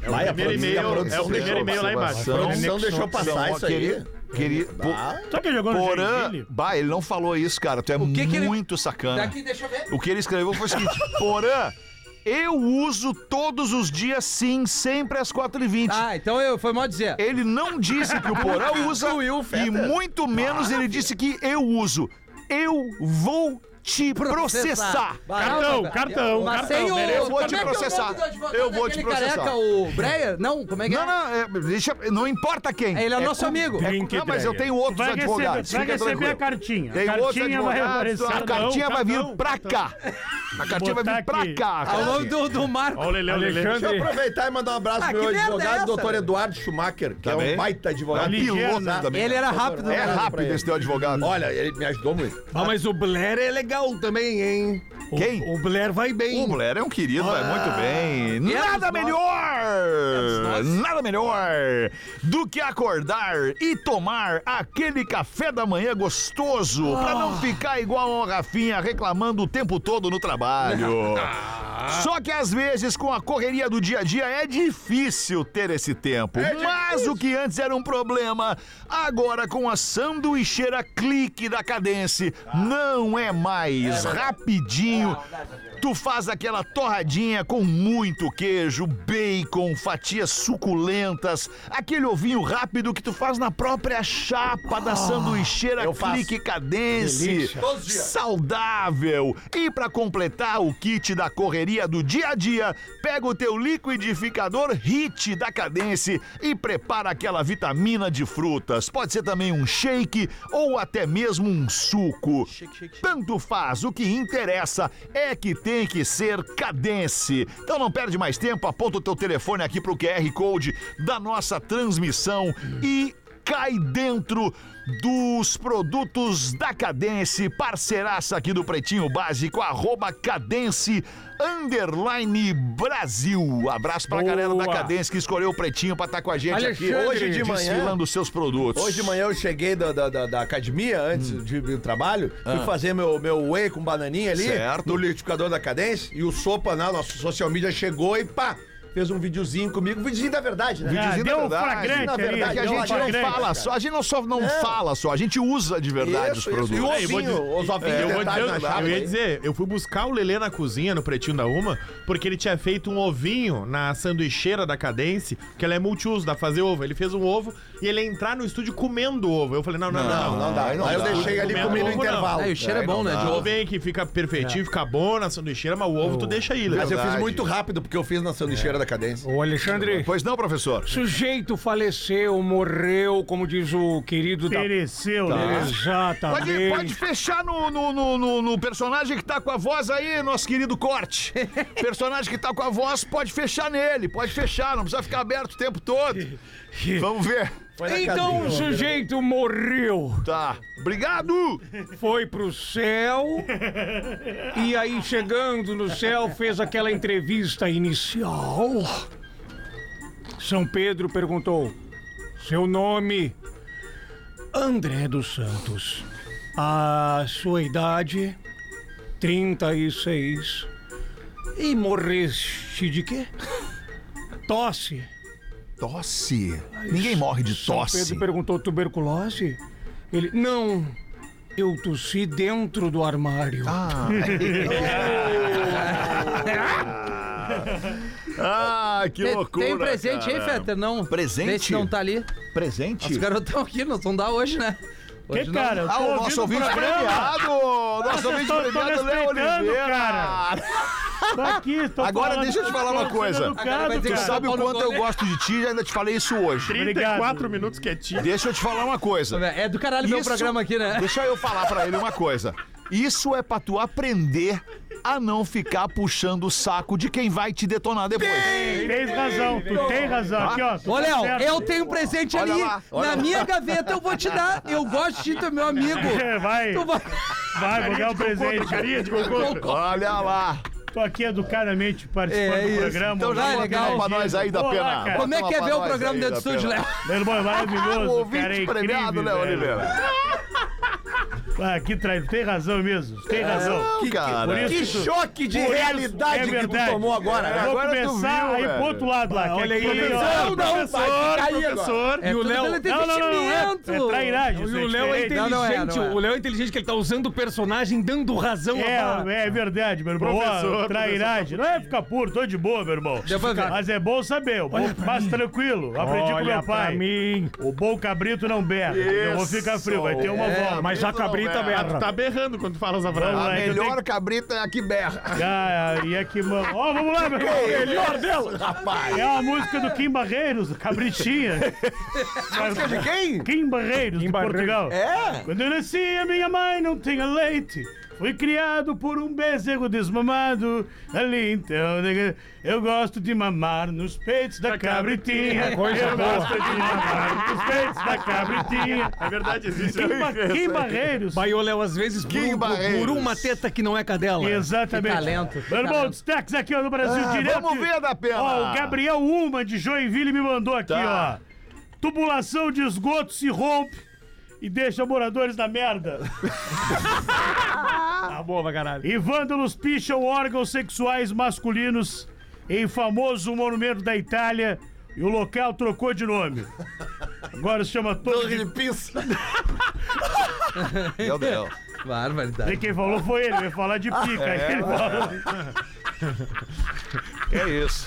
É o Vai, a primeiro produção- e-mail, a produção é o primeiro deixou e-mail lá embaixo. A produção deixou passar isso aí. Queria, queria, po- Só que jogou no Porã, Joinville. bah, ele não falou isso, cara. Tu é O que que ele- muito sacana. Daqui, deixa eu ver. O que ele escreveu foi o seguinte: Porã, eu uso todos os dias sim, sempre às quatro e vinte. Ah, então eu, foi mal dizer. Ele não disse que o Porã usa Incluiu o e Fetter. muito menos ele disse que eu uso. Eu vou te processar. Cartão, Não, cartão, Mas cartão. sem o... Eu vou como te é que é o nome processar. do advogado Eu vou te daquele processar. careca, o Breyer? Não, como é que é? Não, não, é, deixa, não importa quem. Ele é nosso com- amigo. é com- Drink não, mas eu Dreyer. tenho outros Vai receber, advogados. vai fica receber tranquilo. a cartinha. Tem a outros cartinha vai advogados. aparecer. A cartinha vai vir cartão, pra cá. A cartinha vai Botar vir pra aqui. cá. Ah, o nome cara. do, do Marco. Olha o Lelê, o Lelê. Deixa eu Alexandre, aproveitar e mandar um abraço Ah, pro meu que merda é advogado, essa, doutor velho? Eduardo Schumacher, que Tá é bem? um baita É advogado. piloto ligeiro, também. Ele era rápido. É né? rápido esse teu advogado. Olha, ele me ajudou muito. Ah, mas o Blair é legal também, hein? O- Quem? O, Blair vai bem. O Blair é um querido, vai muito bem. é Nada dos melhor! Nada melhor do que acordar e tomar aquele café da manhã gostoso pra não ficar igual ao Rafinha reclamando o tempo todo no trabalho. Só que às vezes com a correria do dia a dia é difícil ter esse tempo. Mas o que antes era um problema, agora com a sanduicheira Clique da Cadence, não é mais. Rapidinho, tu faz aquela torradinha com muito queijo, bacon, fatias suculentas, aquele ovinho rápido que tu faz na própria chapa da sanduicheira eu faço. Clique Cadence. Delícia. Todos os dias. Saudável. E pra completar o kit da correria do dia a dia, pega o teu liquidificador Hit da Cadence e prepara aquela vitamina de frutas. Pode ser também um shake ou até mesmo um suco. Tanto faz, o que interessa é que tem que ser Cadence. Então não perde mais tempo, aponta o teu telefone aqui pro Q R Code da nossa transmissão e cai dentro dos produtos da Cadence, parceiraça aqui do Pretinho Básico, arroba Cadence underline Brasil. Abraço pra Boa. galera da Cadence que escolheu o Pretinho pra estar com a gente aqui Alexandre, hoje de manhã- desfilando os seus produtos. Hoje de manhã eu cheguei da, da, da- da academia, antes de ir do trabalho, fui fazer meu, meu whey com bananinha ali, Certo. no liquidificador da Cadence, e o Sopa, né, nosso social media, chegou e pá, fez um videozinho comigo, um videozinho da verdade, né? Videozinho Ah, da deu um verdade. flagrante Na ali. verdade, É que a deu um gente não flagrante. fala só, a gente não só não Não. fala só, a gente usa de verdade os Isso, isso. produtos. E o eu vou ovinho, dizer- os ovinhos Eu, vou detalhes dizer, na chapa. eu ia aí. dizer, eu fui buscar o Lelê na cozinha, no Pretinho da Uma, porque ele tinha feito um ovinho na sanduicheira da Cadence, que ela é multiuso, dá pra fazer ovo. Ele fez um ovo e ele ia entrar no estúdio comendo o ovo. Eu falei, não, não, não. Não, não dá. Aí não Aí eu dá. deixei ali Comendo comigo no ovo, não. intervalo. Aí o cheiro é bom, né? De Tudo ovo. bem que fica perfeitinho, fica bom na sanduicheira, mas o ovo tu deixa aí, Lelê. Mas eu fiz Verdade. muito rápido, porque eu fiz na sanduicheira da Cadence. Ô, Alexandre, Pois não, professor? sujeito faleceu, morreu, como diz o querido da... Pereceu, Tá. né? Exatamente. Pode, pode fechar no, no, no, no- no personagem que tá com a voz aí, nosso querido Corte. Personagem que tá com a voz, pode fechar nele, pode fechar, não precisa ficar aberto o tempo todo. Vamos ver. Foi na Então casinha. o sujeito morreu, Tá. Obrigado! foi pro céu e aí chegando no céu fez aquela entrevista inicial. São Pedro perguntou: seu nome? André dos Santos. A sua idade? trinta e seis. E morreste de quê? Tosse. Tosse. Ninguém morre de São tosse. Pedro perguntou: tuberculose? Ele: não, eu tossi dentro do armário. Ah, ah que Tem, loucura. tem um presente aí, cara. Fetter? Não. Presente? Esse não tá ali. Presente? Os garotos estão aqui, nós vamos dar hoje, né? Que, Hoje cara? Eu tô Ah, o ouvindo nosso ouvinte programa. premiado! Nosso Vocês ouvinte tão- tão premiado, Léo respeitando, Oliveira! cara. Tô aqui, tô Agora falando- deixa eu te falar uma tô coisa. sendo Agora vai educado, ter que Tu cara. sabe o Paulo quanto eu Gole. gosto de ti e ainda te falei isso hoje. trinta e quatro minutos quietinho. Deixa eu te falar uma coisa. É do caralho meu Isso- programa aqui, né? Deixa eu falar pra ele uma coisa. Isso é pra tu aprender a não ficar puxando o saco de quem vai te detonar depois. Tens razão, tu tem razão. Aqui, ó. tu Ô, tá Léo, certo. eu tenho um presente Olha ali. lá, olha Na lá. minha gaveta eu vou te dar. Eu gosto de ti, tu é meu amigo. É, vai, Tu vai... vai, vou ganhar um presente. Carinha de cocô. Olha lá. Tô aqui educadamente participando É do isso. programa. Então já é Ouvindo legal. a Pra nós aí da Vou lá, pena. cara. Como é que é Pra ver o nós programa aí dentro do da estúdio, pena. Léo? Meu irmão, é Ah, maravilhoso, o cara, ouvinte é premiado, incrível, Léo velho. Oliveira. Ah, que traído. Tem razão mesmo. Tem razão. Não, cara. Por isso Que tu- choque de por isso realidade é que tu verdade. tomou agora, né? Eu vou Agora tu começar viu, a ir velho. pro outro lado lá. que olha aqui, aí. ó, Não, não, vai ficar aí agora. professor. É E o tudo Léo- pelo Não, não, não, não é. entretenimento. É trairagem. E isso o Léo é diferente. Não, não é, inteligente, não é. o Léo é inteligente que ele tá usando o personagem dando razão a barra. É, é verdade, meu irmão. Professor, Ó, trairagem. Não é ficar puro, tô de boa, meu irmão. Deu pra ver. Mas é bom saber. O bom, mas tranquilo. Aprendi com Olha meu pra pai. mim. O bom cabrito não berra. Eu vou ficar frio, vai ter uma volta. Mas já cabrita não, berra. Tu tá berrando quando tu fala essa Vamos frase. lá, A é que eu melhor tenho cabrita é a que berra. Ah, e é que, mano. Ó, vamos lá, meu irmão. Melhor dela, rapaz. É uma música do Kim Barreiros, Cabritinha. Música de quem? Kim Barreiros, de Barreiros. Portugal. É? Quando eu nasci, a minha mãe não tinha leite. Fui criado por um bezerro desmamado. Ali então, nega, eu gosto de mamar nos peitos da cabritinha. Coisa eu boa. gosto de mamar nos peitos da cabritinha. É verdade, existe. Kim, Ba- Kim Barreiros. Vai, ô Léo, às vezes por, Kim um- Barreiros. por uma teta que não é cadela. Exatamente. Que talento, que Meu irmão, talento. destaques aqui ó, no Brasil Ah, direto. vamos ver, da pena. Ó, o Gabriel Uma de Joinville me mandou aqui, Tá. ó. Tubulação de esgoto se rompe e deixa moradores na merda. Tá boa pra caralho. E vândalos picham órgãos sexuais masculinos em famoso monumento da Itália e o local trocou de nome. Agora se chama Torre Torre de... de Pisa. Meu Deus. Barbaridade. E quem falou foi ele, vai falar de pica. Aí ele falou... É isso.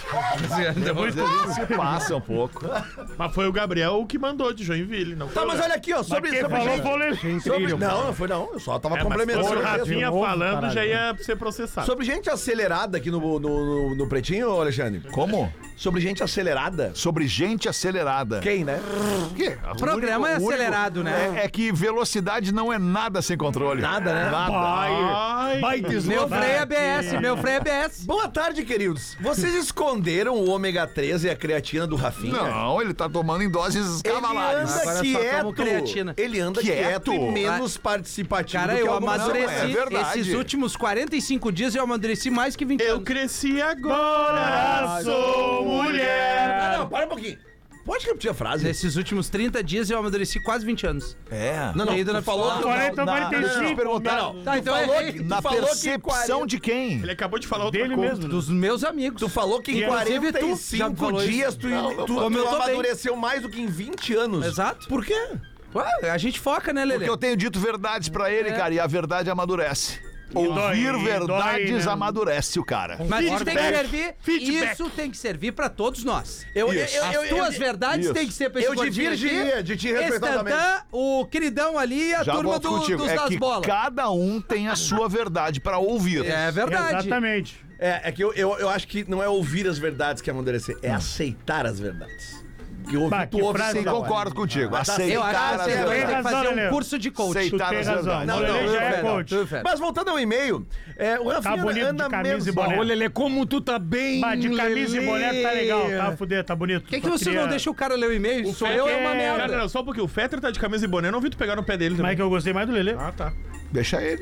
Eles se passa um pouco. Mas foi o Gabriel que mandou de Joinville, não Tá, foi o mas Léo. olha aqui, ó, sobre Quem sobre falou gente- foi o Lele. sobre- Não, não foi não. Eu só tava É, mas se complementando. fosse o o texto. Rafinha Novo, falando, caralho. já ia ser processado. Sobre gente acelerada aqui no, no, no, no Pretinho, ô, Alexandre? Como? Sobre gente acelerada? Sobre gente acelerada. Quem, né? O programa é acelerado, né? É, é que velocidade não é nada sem controle. Nada, né? Nada. Ai, Vai, Meu freio é A B S, meu freio é A B S. Boa tarde, queridos. Vocês esconderam o ômega três e a creatina do Rafinha? Não, ele tá tomando em doses Ele cavalares. anda Agora só quieto. tomo creatina. Ele anda Quieto? quieto, e menos participativo Cara, do que eu algumas Não, é amadureci. verdade. Esses últimos quarenta e cinco dias eu amadureci mais que vinte eu anos. cresci agora, sou mulher. Não, não, para um pouquinho. Pode repetir a frase? Nesses últimos trinta dias eu amadureci quase vinte anos. É. Não, não, Ainda tu não falou... falou- tu- quarenta, na- quarenta e não, não, cinco, perguntar, não. não. Tá, Tu então falou errei. que- tu Na falou que percepção quarenta de quem? Ele acabou de falar outra Dele coisa. mesmo. Dos meus amigos. Tu falou que em Inclusive quarenta e tu já cinco falou isso. dias tu, Não, tu, não tu, Como eu tô bem. amadureceu mais do que em vinte anos. Exato. Por quê? Ué, a gente foca, né, Lelê? Porque eu tenho dito verdades pra ele, É. cara, e a verdade amadurece. dói, Ouvir e verdades dói, né? amadurece o cara. Mas isso tem que Feedback. servir. Feedback. Isso tem que servir pra todos nós. Eu, eu, Isso. eu, As eu, tuas eu, verdades isso. têm que ser pra esse eu gordinho divergiria aqui, de te respeitar também. Estantã, o queridão ali e a Já turma volto do, contigo. dos É das que bolas. cada um tem a sua verdade pra ouvir. É verdade. Exatamente. É, é que eu, eu, eu acho que não é ouvir as verdades que é amadurecer, é aceitar as verdades. Que ouve, Bah, tu que ouve frase Sim, da hora. concordo contigo. Mas tá Aceitar Eu acho que as você Tem tem que razão, fazer um Lelê. curso de coach. Aceitar Tu tem as razão. verdades. Não, Não, Lelê não, já é não, coach. Tu, Fera. Mas voltando ao e-mail, é, o Rafinha Tá bonito de anda camisa menos... e boné. Ô, Lelê, como tu tá bem, Bah, de camisa Lelê. e boné tá legal, tá fuder, tá bonito. Por que, que Só você queria- não deixa o cara ler o e-mail? Sou Fetter eu, é uma é- Cara, merda. não, só porque o Fetter tá de camisa e boné, eu não vi tu pegar no pé dele Como é também. que eu gostei mais do Lelê? Ah, tá. Deixa ele.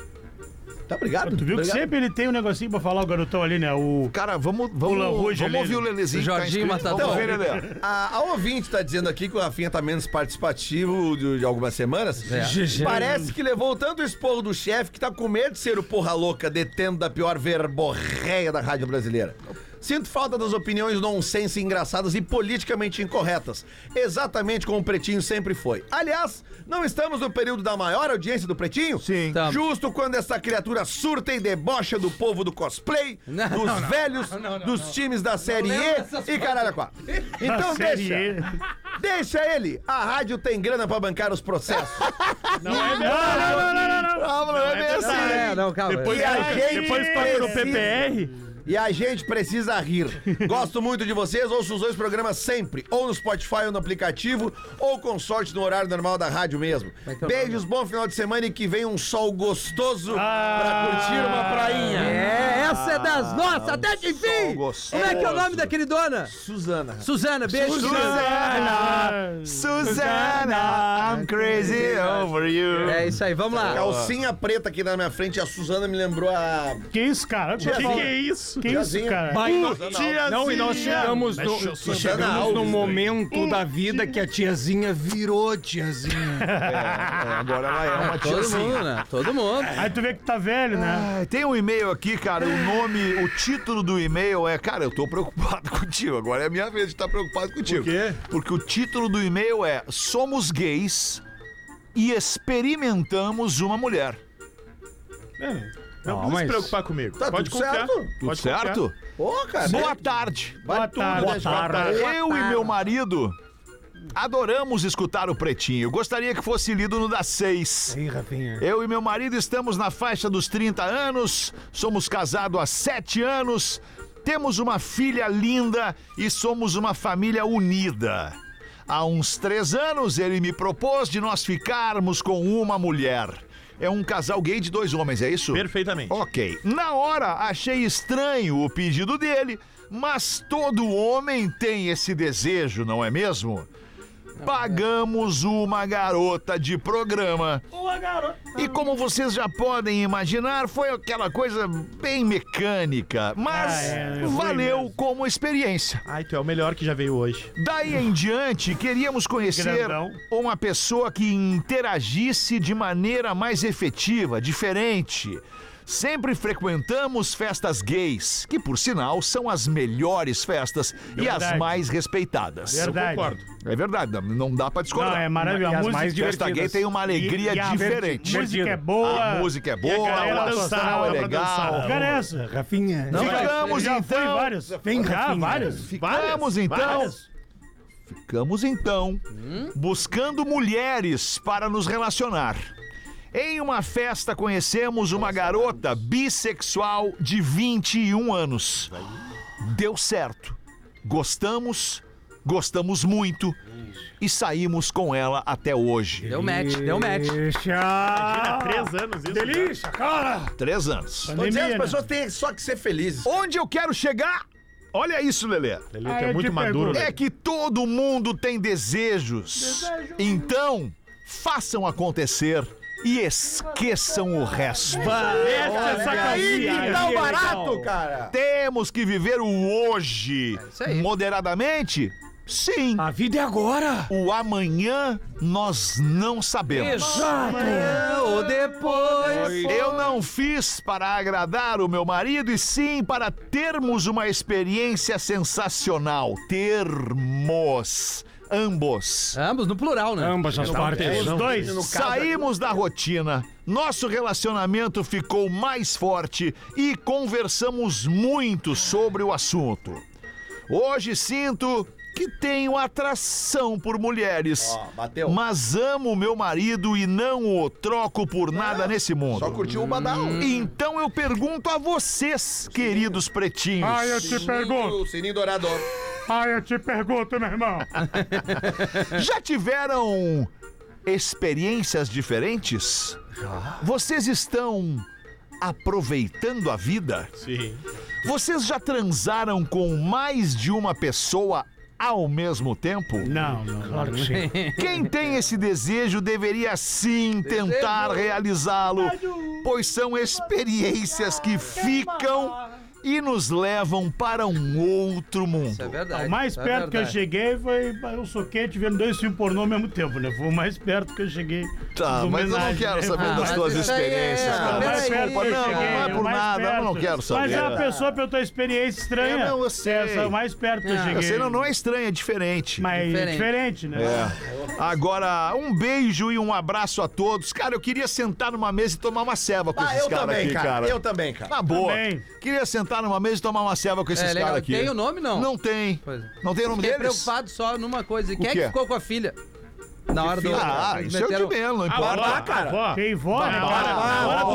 Tá, obrigado. Tu viu que obrigado. sempre ele tem um negocinho pra falar, o garotão ali, né? O... Cara, vamos, O vamos, Lambuja vamos ali, ouvir o né? Lelezinho. O que tá Jorginho inscrito. Matador. Vamos ver, Lelê. A, a ouvinte tá dizendo aqui que o Rafinha tá menos participativo de, de algumas semanas. É. Parece que levou tanto esporro do chefe que tá com medo de ser o porra louca detendo da pior verborreia da rádio brasileira. Sinto falta das opiniões nonsense engraçadas e politicamente incorretas. Exatamente como o Pretinho sempre foi. Aliás, não estamos no período da maior audiência do Pretinho? Sim. Tamo. Justo quando essa criatura surta e debocha do povo do cosplay, Não, dos não, não. velhos, Não, não, não, dos não. times da Série lembro E dessas e caralho a quatro. Então A Série deixa. E. Deixa ele. A rádio tem grana pra bancar os processos. Não é Não, não, não, não, não, não. Calma, não é bem assim. É, não, calma. Depois, E a gente depois toca no precisa- P P R. E a gente precisa rir. Gosto muito de vocês, ouço os dois programas sempre, ou no Spotify ou no aplicativo, ou com sorte no horário normal da rádio mesmo. é que é o Beijos, bom final de semana e que venha um sol gostoso Ah. pra curtir uma prainha. É, Essa é das nossas, até que enfim! Como é que é o nome da queridona? Suzana. Suzana, beijo. Suzana, Suzana, I'm crazy over you. É isso aí, vamos lá. Calcinha preta aqui na minha frente, a Suzana me lembrou a... Que isso, cara? Que que é isso? Que isso, cara? Vai, nós- Tiazinha. não, e nós chegamos, no, Suzana chegamos Alves, num né? momento da vida que a tiazinha virou tiazinha. É, agora ela é uma Todo tiazinha. mundo, né? Todo mundo. Aí tu vê que tá velho, né? Ah, tem um e-mail aqui, cara, o nome, o título do e-mail é... Cara, eu tô preocupado contigo, agora é a minha vez de estar preocupado contigo. Por quê? Porque o título do e-mail é Somos gays e experimentamos uma mulher. Não, Não, precisa mas- se preocupar comigo. Tá Pode tudo confiar. certo? Tudo Pode certo? Pô, cara. Boa tarde. Boa tarde. Boa tarde. Eu e meu marido adoramos escutar o Pretinho. Gostaria que fosse lido no das seis. Ei, Rafinha. Eu e meu marido estamos na faixa dos trinta anos, somos casados há sete anos, temos uma filha linda e somos uma família unida. Há uns três anos ele me propôs de nós ficarmos com uma mulher. É um casal gay de dois homens, é isso? Perfeitamente. Ok. Na hora, achei estranho o pedido dele, mas todo homem tem esse desejo, não é mesmo? Pagamos uma garota de programa. Uma garota. E como vocês já podem imaginar, foi aquela coisa bem mecânica, mas Ah, é, é ruim valeu mesmo. como experiência. Ai, tu é o melhor que já veio hoje. Daí em diante, queríamos conhecer Grandão. uma pessoa que interagisse de maneira mais efetiva, diferente. Sempre frequentamos festas gays, que por sinal são as melhores festas e as Verdade. mais respeitadas. Verdade. Concordo. É verdade, não- não dá pra Não, discordar. é E maravilhoso. A as música, mais Festa gay divertidas. tem uma alegria e a diferente. música é boa. A música é E a boa, galera o astral dançar, é dá pra legal. Cara, é essa? Rafinha. Não, Ficamos Já fui então. vários. Vem, Já, Rafinha. vários. Ficamos então. Vários. Ficamos então buscando mulheres para nos relacionar. Em uma festa conhecemos uma garota bissexual de vinte e um anos. Deu certo. Gostamos, gostamos muito e saímos com ela até hoje. Deu match, deu match. Deixa. Imagina, três anos isso. Delícia, cara. Três anos. Tô dizendo, as Pandemia, né? pessoas têm só que ser felizes. Onde eu quero chegar? Olha isso, Lelê. Ele Ah, é eu muito te maduro. pergunto. né? É que todo mundo tem desejos. Então, façam acontecer e esqueçam o resto. Essa Aí calcinha. que tá o aí, barato, legal. cara. Temos que viver o hoje. É isso aí. Moderadamente? Sim. A vida é agora. O amanhã nós não sabemos. É, ou depois. Eu não fiz para agradar o meu marido e sim para termos uma experiência sensacional. Termos. Ambos. Ambos no plural, né? Ambas as partes. Os dois. No caso, Saímos da rotina, nosso relacionamento ficou mais forte e conversamos muito sobre o assunto. Hoje sinto que tenho atração por mulheres, Ó, bateu. mas amo meu marido e não o troco por nada nesse mundo. Só curtiu o badal. Então eu pergunto a vocês, queridos pretinhos. Ai, eu te pergunto. O sininho dourado. Ai, eu te pergunto, meu irmão. Já tiveram experiências diferentes? Vocês estão aproveitando a vida? Sim. Vocês já transaram com mais de uma pessoa ao mesmo tempo? Não, não, claro que sim. Quem tem esse desejo deveria sim tentar realizá-lo, pois são experiências que ficam e nos levam para um outro mundo. Isso é verdade. O mais isso é perto que eu verdade. cheguei foi eu sou quente vendo dois filmes pornô ao mesmo tempo, né? Foi o mais perto que eu cheguei. Tá, das mas eu não homenagens, quero né? saber Ah, das mas tuas isso aí é- experiências, Ah, cara. O mais peraí, perto que eu Não, não cheguei, é o por mais nada, eu não perto. quero saber. Mas é uma pessoa pela tua experiência estranha. É, não, eu sei. Essa é o mais perto que eu Ah, cheguei. Você não, não é estranho, é diferente. Mas é Diferente. diferente, né? É. Agora, um beijo e um abraço a todos. Cara, eu queria sentar numa mesa e tomar uma ceva com Ah, esses eu caras também, aqui, cara. cara. Eu também, cara. Na boa. Também. Queria sentar numa mesa e tomar uma ceva com esses É, legal. caras aqui. Tem o nome, não? Não tem. Pois é. Não tem o nome Fiquei deles? preocupado só numa coisa. Quem é quê? que ficou com a filha? Na hora do... Ah, eles isso é o de meteram- menos, não Ah, importa. lá, cara. Ó, Tem vó, né, na cara? hora, na hora do vale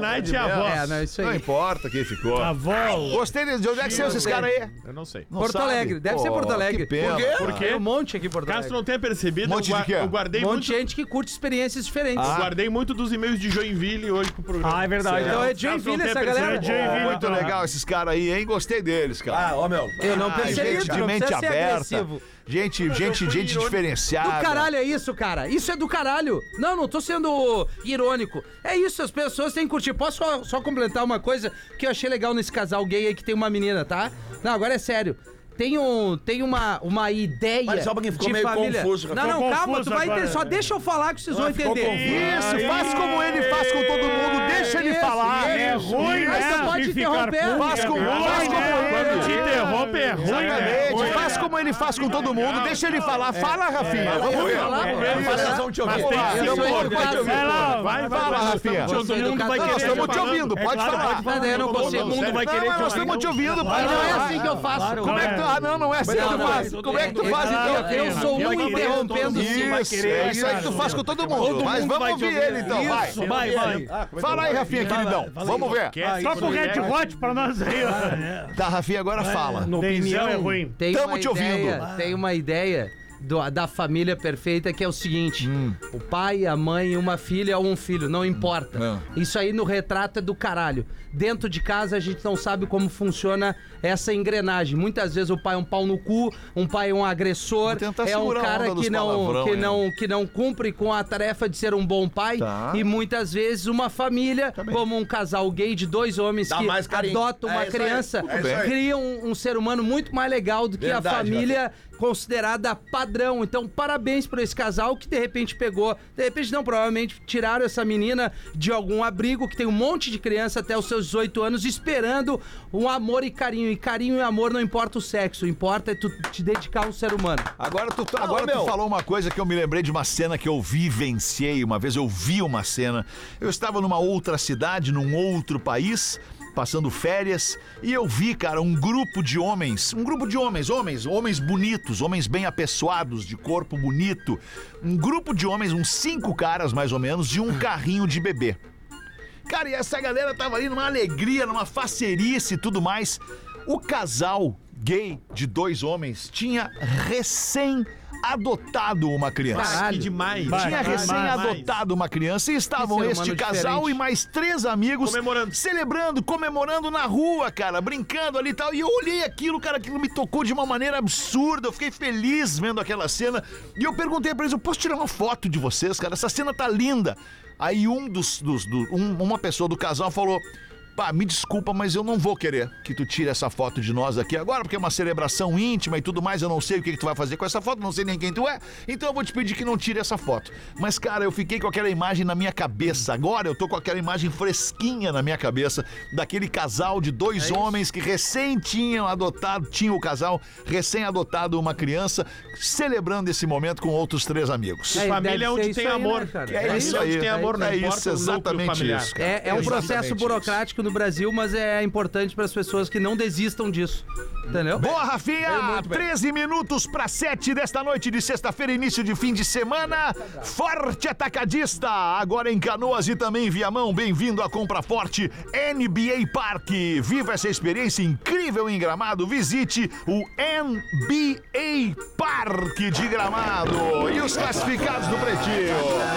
Night e a voz. É, não, isso Não aí. importa quem ficou. Avó. Gostei de onde é que são esses caras aí? Eu não sei. Não Porto sabe? Alegre, deve ser Pô, Porto Alegre. que pena. Por quê? Por quê? Tem um monte aqui em Porto Caso Alegre. tu não tenha percebido, Monte eu, de gua- quê? eu guardei Um monte muito, de gente que curte experiências diferentes. eu guardei muito dos e-mails de Joinville hoje pro programa. Ah, é verdade. Então é Caso não Joinville tenha essa percebido. galera. É Joinville. Muito legal esses caras aí, hein? Gostei deles, cara. Ah, ó, meu. Eu não Ah, percebi, gente tu de não mente precisa ser aberta. agressivo. Gente, gente, gente diferenciada. Do caralho é isso, cara. Isso é do caralho. Não, não tô sendo irônico. É isso, as pessoas têm que curtir. Posso só, só completar uma coisa que eu achei legal nesse casal gay aí que tem uma menina, tá? Não, agora é sério. Tem, um, tem uma, uma ideia Olha só, porque ficou de meio família. confuso, Não, Rafael. não, Ficou calma, confuso tu vai agora. entender. Só deixa eu falar que vocês vão ficou entender. confuso. Isso, faz como ele faz com todo mundo, deixa ele Isso, falar. É isso. ruim, Mas né? você pode de ficar interromper. puto, Faz é como- ruim, faz como né? ele. Quando te interrompe é ruim, né? Exatamente, faz como ele faz com todo mundo, deixa ele falar. Fala, Rafinha, vamos ver. falar, Vamos pô. ver. Fala, nós vamos te ouvir. Mas tem que Vai, ser eu sou humor, educado. vai te ouvir. Vai lá, Vai, vai, fala, vai. Rafinha. Todo sou mundo educado. vai Não, nós querer. estamos te ouvindo, É pode claro, falar. pode falar. Mas eu não consigo. Todo mundo vai Não, querer mas te nós ouvir. estamos te ouvindo, Mas pai. não é assim que eu faço. Como é que tu... Ah, não, não é assim que tu Não, não, faz. não, Como é que tu não, faz, não, então? não, Eu sou Vai um querer, interrompendo todo sim. mundo vai Isso, querer, é isso aí que tu faz com todo mundo. Mas vamos ouvir ele, então, vai. Vai, vai. Fala aí, Rafinha, queridão. Vamos ver. Troca o Red Hot pra nós aí, ó. Tá, Rafinha, agora fala. No Denzão é opinião, ruim. Tem Tamo uma te ouvindo. ideia, tem uma ideia do- da família perfeita que é o seguinte: o pai, a mãe, uma filha ou um filho, não importa. Isso aí no retrato é do caralho. Dentro de casa a gente não sabe como funciona essa engrenagem. Muitas vezes o pai é um pau no cu, um pai é um agressor, Vou tentar é um segurar a cara onda dos que não, palavrão, que, hein? não, que não cumpre com a tarefa de ser um bom pai. Tá. E muitas vezes uma família, como um casal gay de dois homens Dá que mais carinho. adotam uma É isso aí. criança, É isso aí. cria um, um ser humano muito mais legal do que Verdade, a família considerada padrão. Então, parabéns por esse casal que de repente pegou, de repente não, provavelmente tiraram essa menina de algum abrigo que tem um monte de criança até os seus dezoito anos esperando um amor e carinho. E carinho e amor não importa o sexo, importa é tu te dedicar ao ser humano. Agora, tu, agora tu meu. falou uma coisa que eu me lembrei de uma cena que eu vivenciei. Uma vez eu vi uma cena. Eu estava numa outra cidade, num outro país, passando férias, e eu vi, cara, um grupo de homens, um grupo de homens, homens, homens bonitos, homens bem apessoados, de corpo bonito, um grupo de homens, uns cinco caras mais ou menos, de um carrinho de bebê. Cara, e essa galera tava ali numa alegria, numa facerice e tudo mais. O casal gay de dois homens tinha recém adotado uma criança. Caralho. Que demais. Vai, Tinha vai, recém-adotado uma criança e estavam Que ser este humano casal diferente. e mais três amigos Comemorando. celebrando, comemorando na rua, cara, brincando ali e tal. E eu olhei aquilo, cara, aquilo me tocou de uma maneira absurda. Eu fiquei feliz vendo aquela cena. E eu perguntei pra eles: eu posso tirar uma foto de vocês, cara? Essa cena tá linda. Aí um dos. dos do- um- uma pessoa do casal falou: pá, me desculpa, mas eu não vou querer que tu tire essa foto de nós aqui agora, porque é uma celebração íntima e tudo mais, eu não sei o que, que tu vai fazer com essa foto, não sei nem quem tu é, então eu vou te pedir que não tire essa foto. Mas, cara, eu fiquei com aquela imagem na minha cabeça, agora eu tô com aquela imagem fresquinha na minha cabeça, daquele casal de dois homens que recém tinham adotado, tinha o casal recém-adotado uma criança, celebrando esse momento com outros três amigos. É, Família deve é onde ser tem isso aí, amor. né, cara? É isso onde aí, tem amor, não é importa isso, o núcleo exatamente familiar. isso, cara. É, é um Exatamente processo isso. burocrático no Brasil, mas é importante para as pessoas que não desistam disso. Entendeu? Boa, Rafinha! treze minutos para sete desta noite de sexta-feira, início de fim de semana. Forte Atacadista, agora em Canoas e também em Viamão. Bem-vindo à Compra Forte N B A Parque. Viva essa experiência incrível em Gramado. Visite o N B A Parque de Gramado. E os classificados do Pretinho.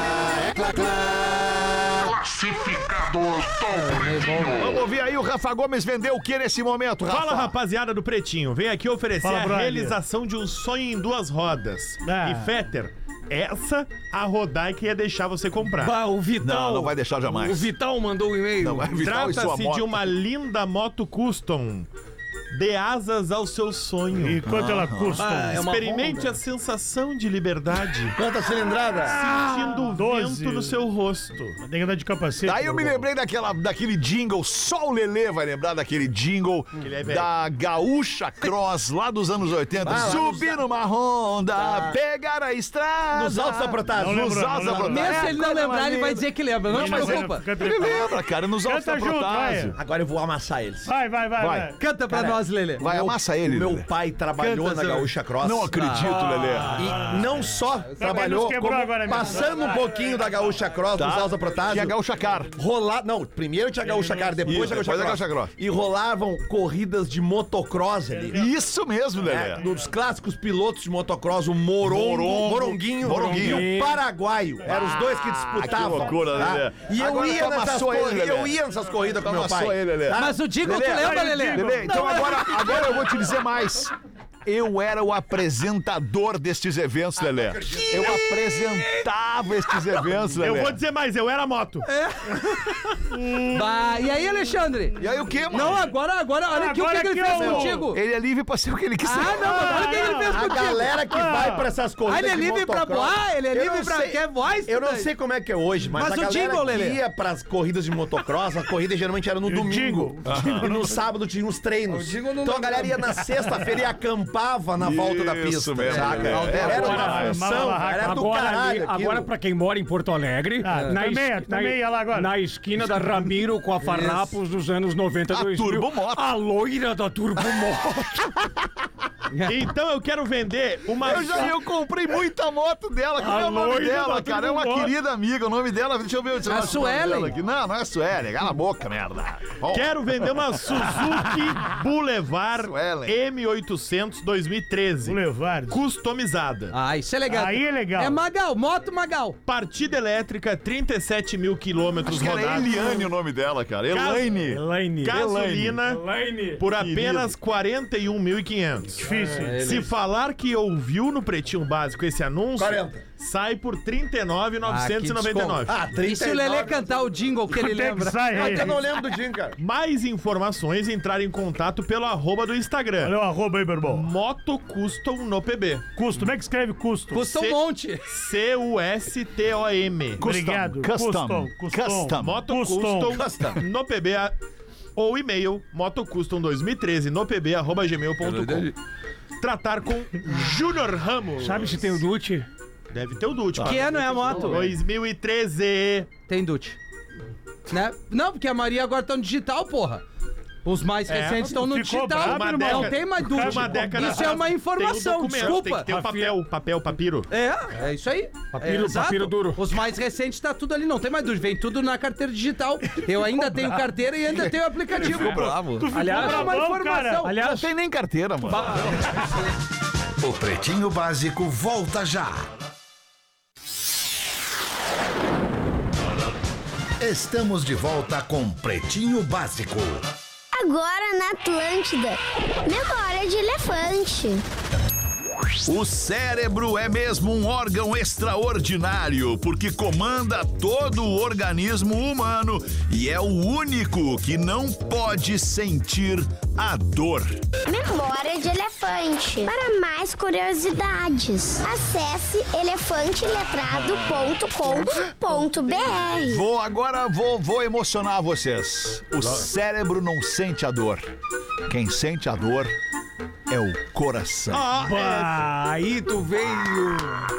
Classificados do Pretinho. Vamos ouvir aí, o Rafa Gomes vendeu o que nesse momento, Rafa? Fala, rapaziada do Pretinho. Vem aqui oferecer Fala, a brother. realização de um sonho em duas rodas. Ah. E Fetter, essa a Rodaica ia deixar você comprar. Bah, o Vital. Não, não vai deixar jamais. O Vital mandou um e-mail. Não vai Vital e sua Trata-se moto. de uma linda moto custom. Dê asas ao seu sonho. E quanto ela custa? Ah, é uma Experimente Honda. a sensação de liberdade, Quanta cilindrada? sentindo o doze. vento no seu rosto. Tem que andar de capacete. Daí eu me lembrei daquela, daquele jingle, só o Lelê vai lembrar daquele jingle Ele é velho. da Gaúcha Cross lá dos anos oitenta. Ah, lá Subir numa Honda, pegar a estrada. Nos altos aprotados. Não Nos lembro, altos não lembro. aprotados. Mesmo se ele não Coisa lembrar, ele linda. vai dizer que lembra. Não, te Mas ele preocupa. fica Ele trepado. lembra, cara, nos altos Canta junto, aprotados. vai. Agora eu vou amassar eles. Vai, vai, vai, Vai. vai. Canta pra Cara, nós nós, Lelê. Vai, amassa ele, Meu Lelê. pai trabalhou Canta, na Zé. Gaúcha Cross. Não acredito, Lelê. E não só trabalhou, quebrou como agora mesmo. passando um pouquinho da Gaúcha Cross, Tá. dos Alza Protásio. Tinha Gaúcha Car. Rolar, não, primeiro tinha Gaúcha Car, depois Isso, tinha Gaúcha depois a Cross. Gaúcha Cross. E rolavam corridas de motocross ali. Isso mesmo, É, Lelê. dos clássicos pilotos de motocross, o Morongo, Morongo, Moronguinho, Moronguinho. e o Paraguaio. Eram os dois que disputavam. que loucura, tá? Lelê. E eu Agora ia tu nessas amassou ele, corridas, Lelê. eu ia nessas corridas com meu Amassou pai. ele, Lelê. tá? Mas o Digo, tu Lelê, lembra, vai, Lelê? Digo. Lelê, então Não, agora, agora eu vou te dizer mais. Eu era o apresentador destes eventos, Lelê. Eu apresentava estes eventos, Lelê. Eu vou dizer mais, eu era moto. Bah, e aí, Alexandre? E aí o quê, mano? Não, agora, agora, olha aqui o que, Agora que ele que fez eu- contigo. Ele é livre pra ser o que ele quiser. Ah, não, mas olha o que ele fez A contigo. galera que vai pra essas Ah, corridas ele é de livre pra motocross, voar? Ele é eu livre não pra... sei- Quer voz? Eu não Daí? sei como é que é hoje, mas, Mas a o galera jingle, que Lelê. ia pras corridas de motocross, as corridas geralmente eram no o domingo. jingle. E no sábado tinha uns treinos. jingle não Então a dá galera ia na sexta-feira e acampava na volta da Isso pista. mesmo, saca? Lelê. Era uma Agora- função, era do Agora, ali- caralho aquilo. agora pra quem mora em Porto Alegre, Ah, na, também, es- também ia lá agora. na esquina da Ramiro com a Farrapos dos anos noventa, A dois mil. Turbomoto. A loira da Turbomoto. Então eu quero vender uma. Eu já eu comprei muita moto dela. Como é o nome loira dela, da cara? É uma Turbomoto. querida amiga. O nome dela, deixa eu ver. Deixa eu A ver o nome Suelen. dela aqui. Não, não é Suelen. Cala a boca, merda. Bom, Quero vender uma Suzuki Boulevard Suelen. M oitocentos dois mil e treze. Boulevard. Customizada. Ah, isso é legal. Aí é legal. É Magal, moto Magal. Partida elétrica, trinta e sete mil quilômetros acho que era rodados. Eliane o nome dela, cara. Elaine. Elaine. Gasolina Elaine. por apenas quarenta e um mil e quinhentos. Difícil. Se falar que ouviu no Pretinho Básico esse anúncio, quarenta. sai por trinta e nove mil novecentos e noventa e nove. Ah, E se o Lelê cantar o jingle que ele Quanto é que lembra? sai Ah, aí? eu não lembro do Jim, cara. Mais informações, entrar em contato pelo arroba do Instagram. Olha o arroba aí, Berbol. Moto Custom no P B. Custo. Como é que escreve custo? Custa um Se- monte. C U S T O M. Obrigado. Custom. Custom. Moto Custom. Custom no P B a- ou e-mail motocustom dois mil e treze no pb arroba gmail ponto com. Tratar com Júnior Ramos. Sabe se tem o Dute? Deve ter o Dute. Que ano é a moto? dois mil e treze. Tem Dute. Né? Não, porque a Maria agora tá no digital, porra. Os mais É, recentes estão no ficou digital. brabo, irmão. Não tem mais Dute. Uma década Isso é uma Tem informação, o documento, desculpa. Tem que ter o papel, papel, papiro. É, é isso aí. Papiro- é, exato. papiro duro. Os mais recentes tá tudo ali, não tem mais Dute. Vem tudo na carteira digital. Eu ainda tenho carteira e ainda tenho aplicativo. bravo. Tu ficou Aliás, É uma bravão, informação. cara. Não Aliás, tem nem carteira, mano. O Pretinho Básico volta já. Estamos de volta com Pretinho Básico. Agora na Atlântida. Memória de elefante. O cérebro é mesmo um órgão extraordinário, porque comanda todo o organismo humano e é o único que não pode sentir a dor. Memória de elefante. Para mais curiosidades, acesse elefante letrado ponto com ponto b r. Vou agora vou, vou emocionar vocês. O cérebro não sente a dor. Quem sente a dor é o coração. bah, aí tu veio.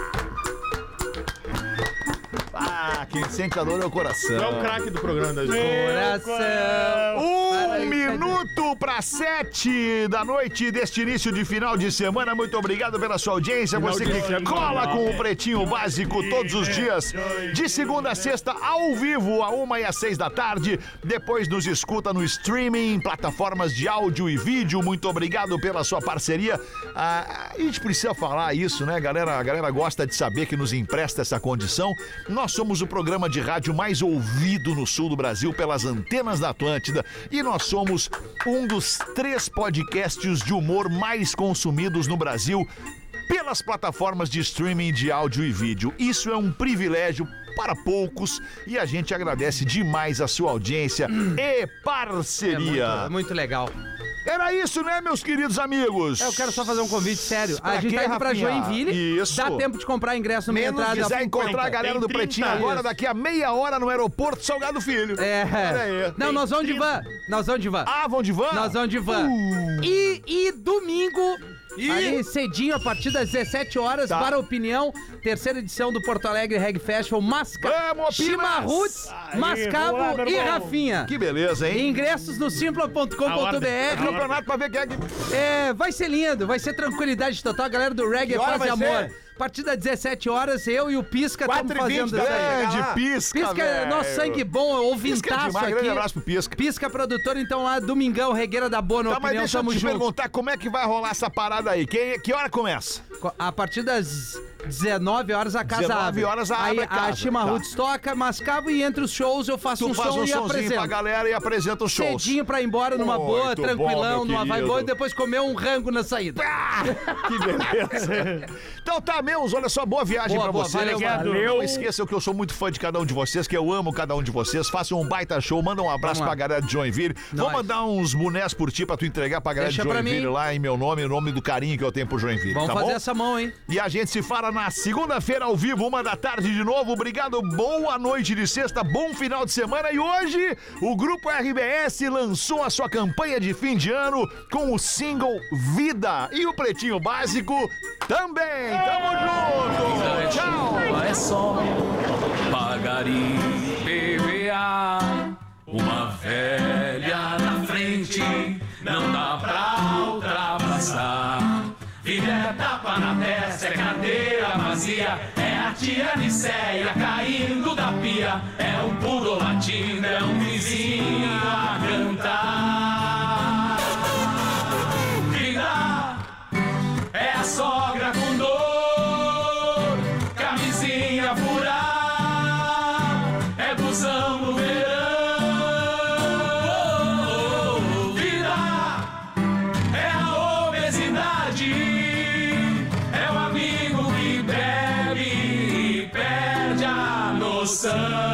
Ah, quem sente a dor é o coração. É o craque do programa da gente. Coração. Um minuto para sete da noite deste início de final de semana. Muito obrigado pela sua audiência. Final Você de que semana. cola com o Pretinho Básico todos os dias, de segunda a sexta, ao vivo, a uma e às seis da tarde. Depois nos escuta no streaming, plataformas de áudio e vídeo. Muito obrigado pela sua parceria. Ah, a gente precisa falar isso, né, galera? A galera gosta de saber que nos empresta essa condição. Nós somos o programa de rádio mais ouvido no sul do Brasil pelas antenas da Atlântida e nós somos um dos três podcasts de humor mais consumidos no Brasil pelas plataformas de streaming de áudio e vídeo. Isso é um privilégio para poucos e a gente agradece demais a sua audiência e É muito, parceria. é muito legal. Era isso, né, meus queridos amigos? Eu quero só fazer um convite sério. Pra A gente quê, tá indo pra Rafinha? Joinville. Isso. Dá tempo de comprar ingresso no Menos entrada. quiser encontrar a galera do Tem Pretinho trinta. agora, Isso. daqui a meia hora no aeroporto Salgado Filho. Olha É. aí. Não, nós vamos de van. Nós vamos de van. Ah, vão de van? Nós vamos de van. Uh. E, e domingo E... Ali cedinho, a partir das dezessete horas, Tá. para a opinião, terceira edição do Porto Alegre Reg Festival, Masca, Vamos, Chimarruts, Aí, Mascavo vamos lá, meu e irmão. Rafinha. Que beleza, hein? Ingressos no simpla ponto com ponto b r. Campeonato pra ver quem é que... É, vai ser lindo, vai ser tranquilidade total. A galera do Reggae Que hora faz vai amor. ser? A partir das dezessete horas, eu e o Pisca estamos quatro e vinte fazendo da isso aí. tarde. Grande Pisca, Pisca é velho. nosso sangue bom, Pisca é ouvintaço demais, aqui. grande abraço pro Pisca. Pisca, produtor, então lá, domingão, Regueira da Boa, no Tá, mas Opinião, deixa eu tamo te junto. perguntar como é que vai rolar essa parada aí. Que, que hora começa? A partir das dezenove horas a casa dezenove abre. horas a Aí abre a casa. a Chimarruts toca, Mascavo e entre os shows eu faço Tu um faz som um e sonzinho pra apresento. galera e apresenta os shows. Cedinho pra ir embora numa Muito boa, bom, tranquilão, meu numa vibe querido. boa e depois comer um rango na saída. Que beleza. Então tá, meus, olha só, boa viagem Boa, pra boa, vocês. valeu, valeu. Não esqueçam que eu sou muito fã de cada um de vocês, que eu amo cada um de vocês. Façam um baita show, manda um abraço Vamos pra lá. galera de Joinville. Vou Nós. mandar uns bonés por ti pra tu entregar pra galera Deixa de pra Joinville mim. lá em meu nome, em nome do carinho que eu tenho pro Joinville. Vamos tá fazer bom? essa mão, hein? E a gente se fala na segunda-feira ao vivo, uma da tarde de novo. Obrigado, boa noite de sexta, bom final de semana. E hoje o Grupo R B S lançou a sua campanha de fim de ano com o single Vida. E o Pretinho Básico também. Tamo junto. Tchau. É só pagar I P V A. Uma velha na frente não dá pra ultrapassar. Vida é tapa na testa, é cadeira vazia, é a tia Nicéia caindo da pia, é um puro latino, é um vizinho a cantar. Vida é a sogra com dor, camisinha furar, é busão no verão. Vida é a obesidade, é o amigo que bebe e perde a noção.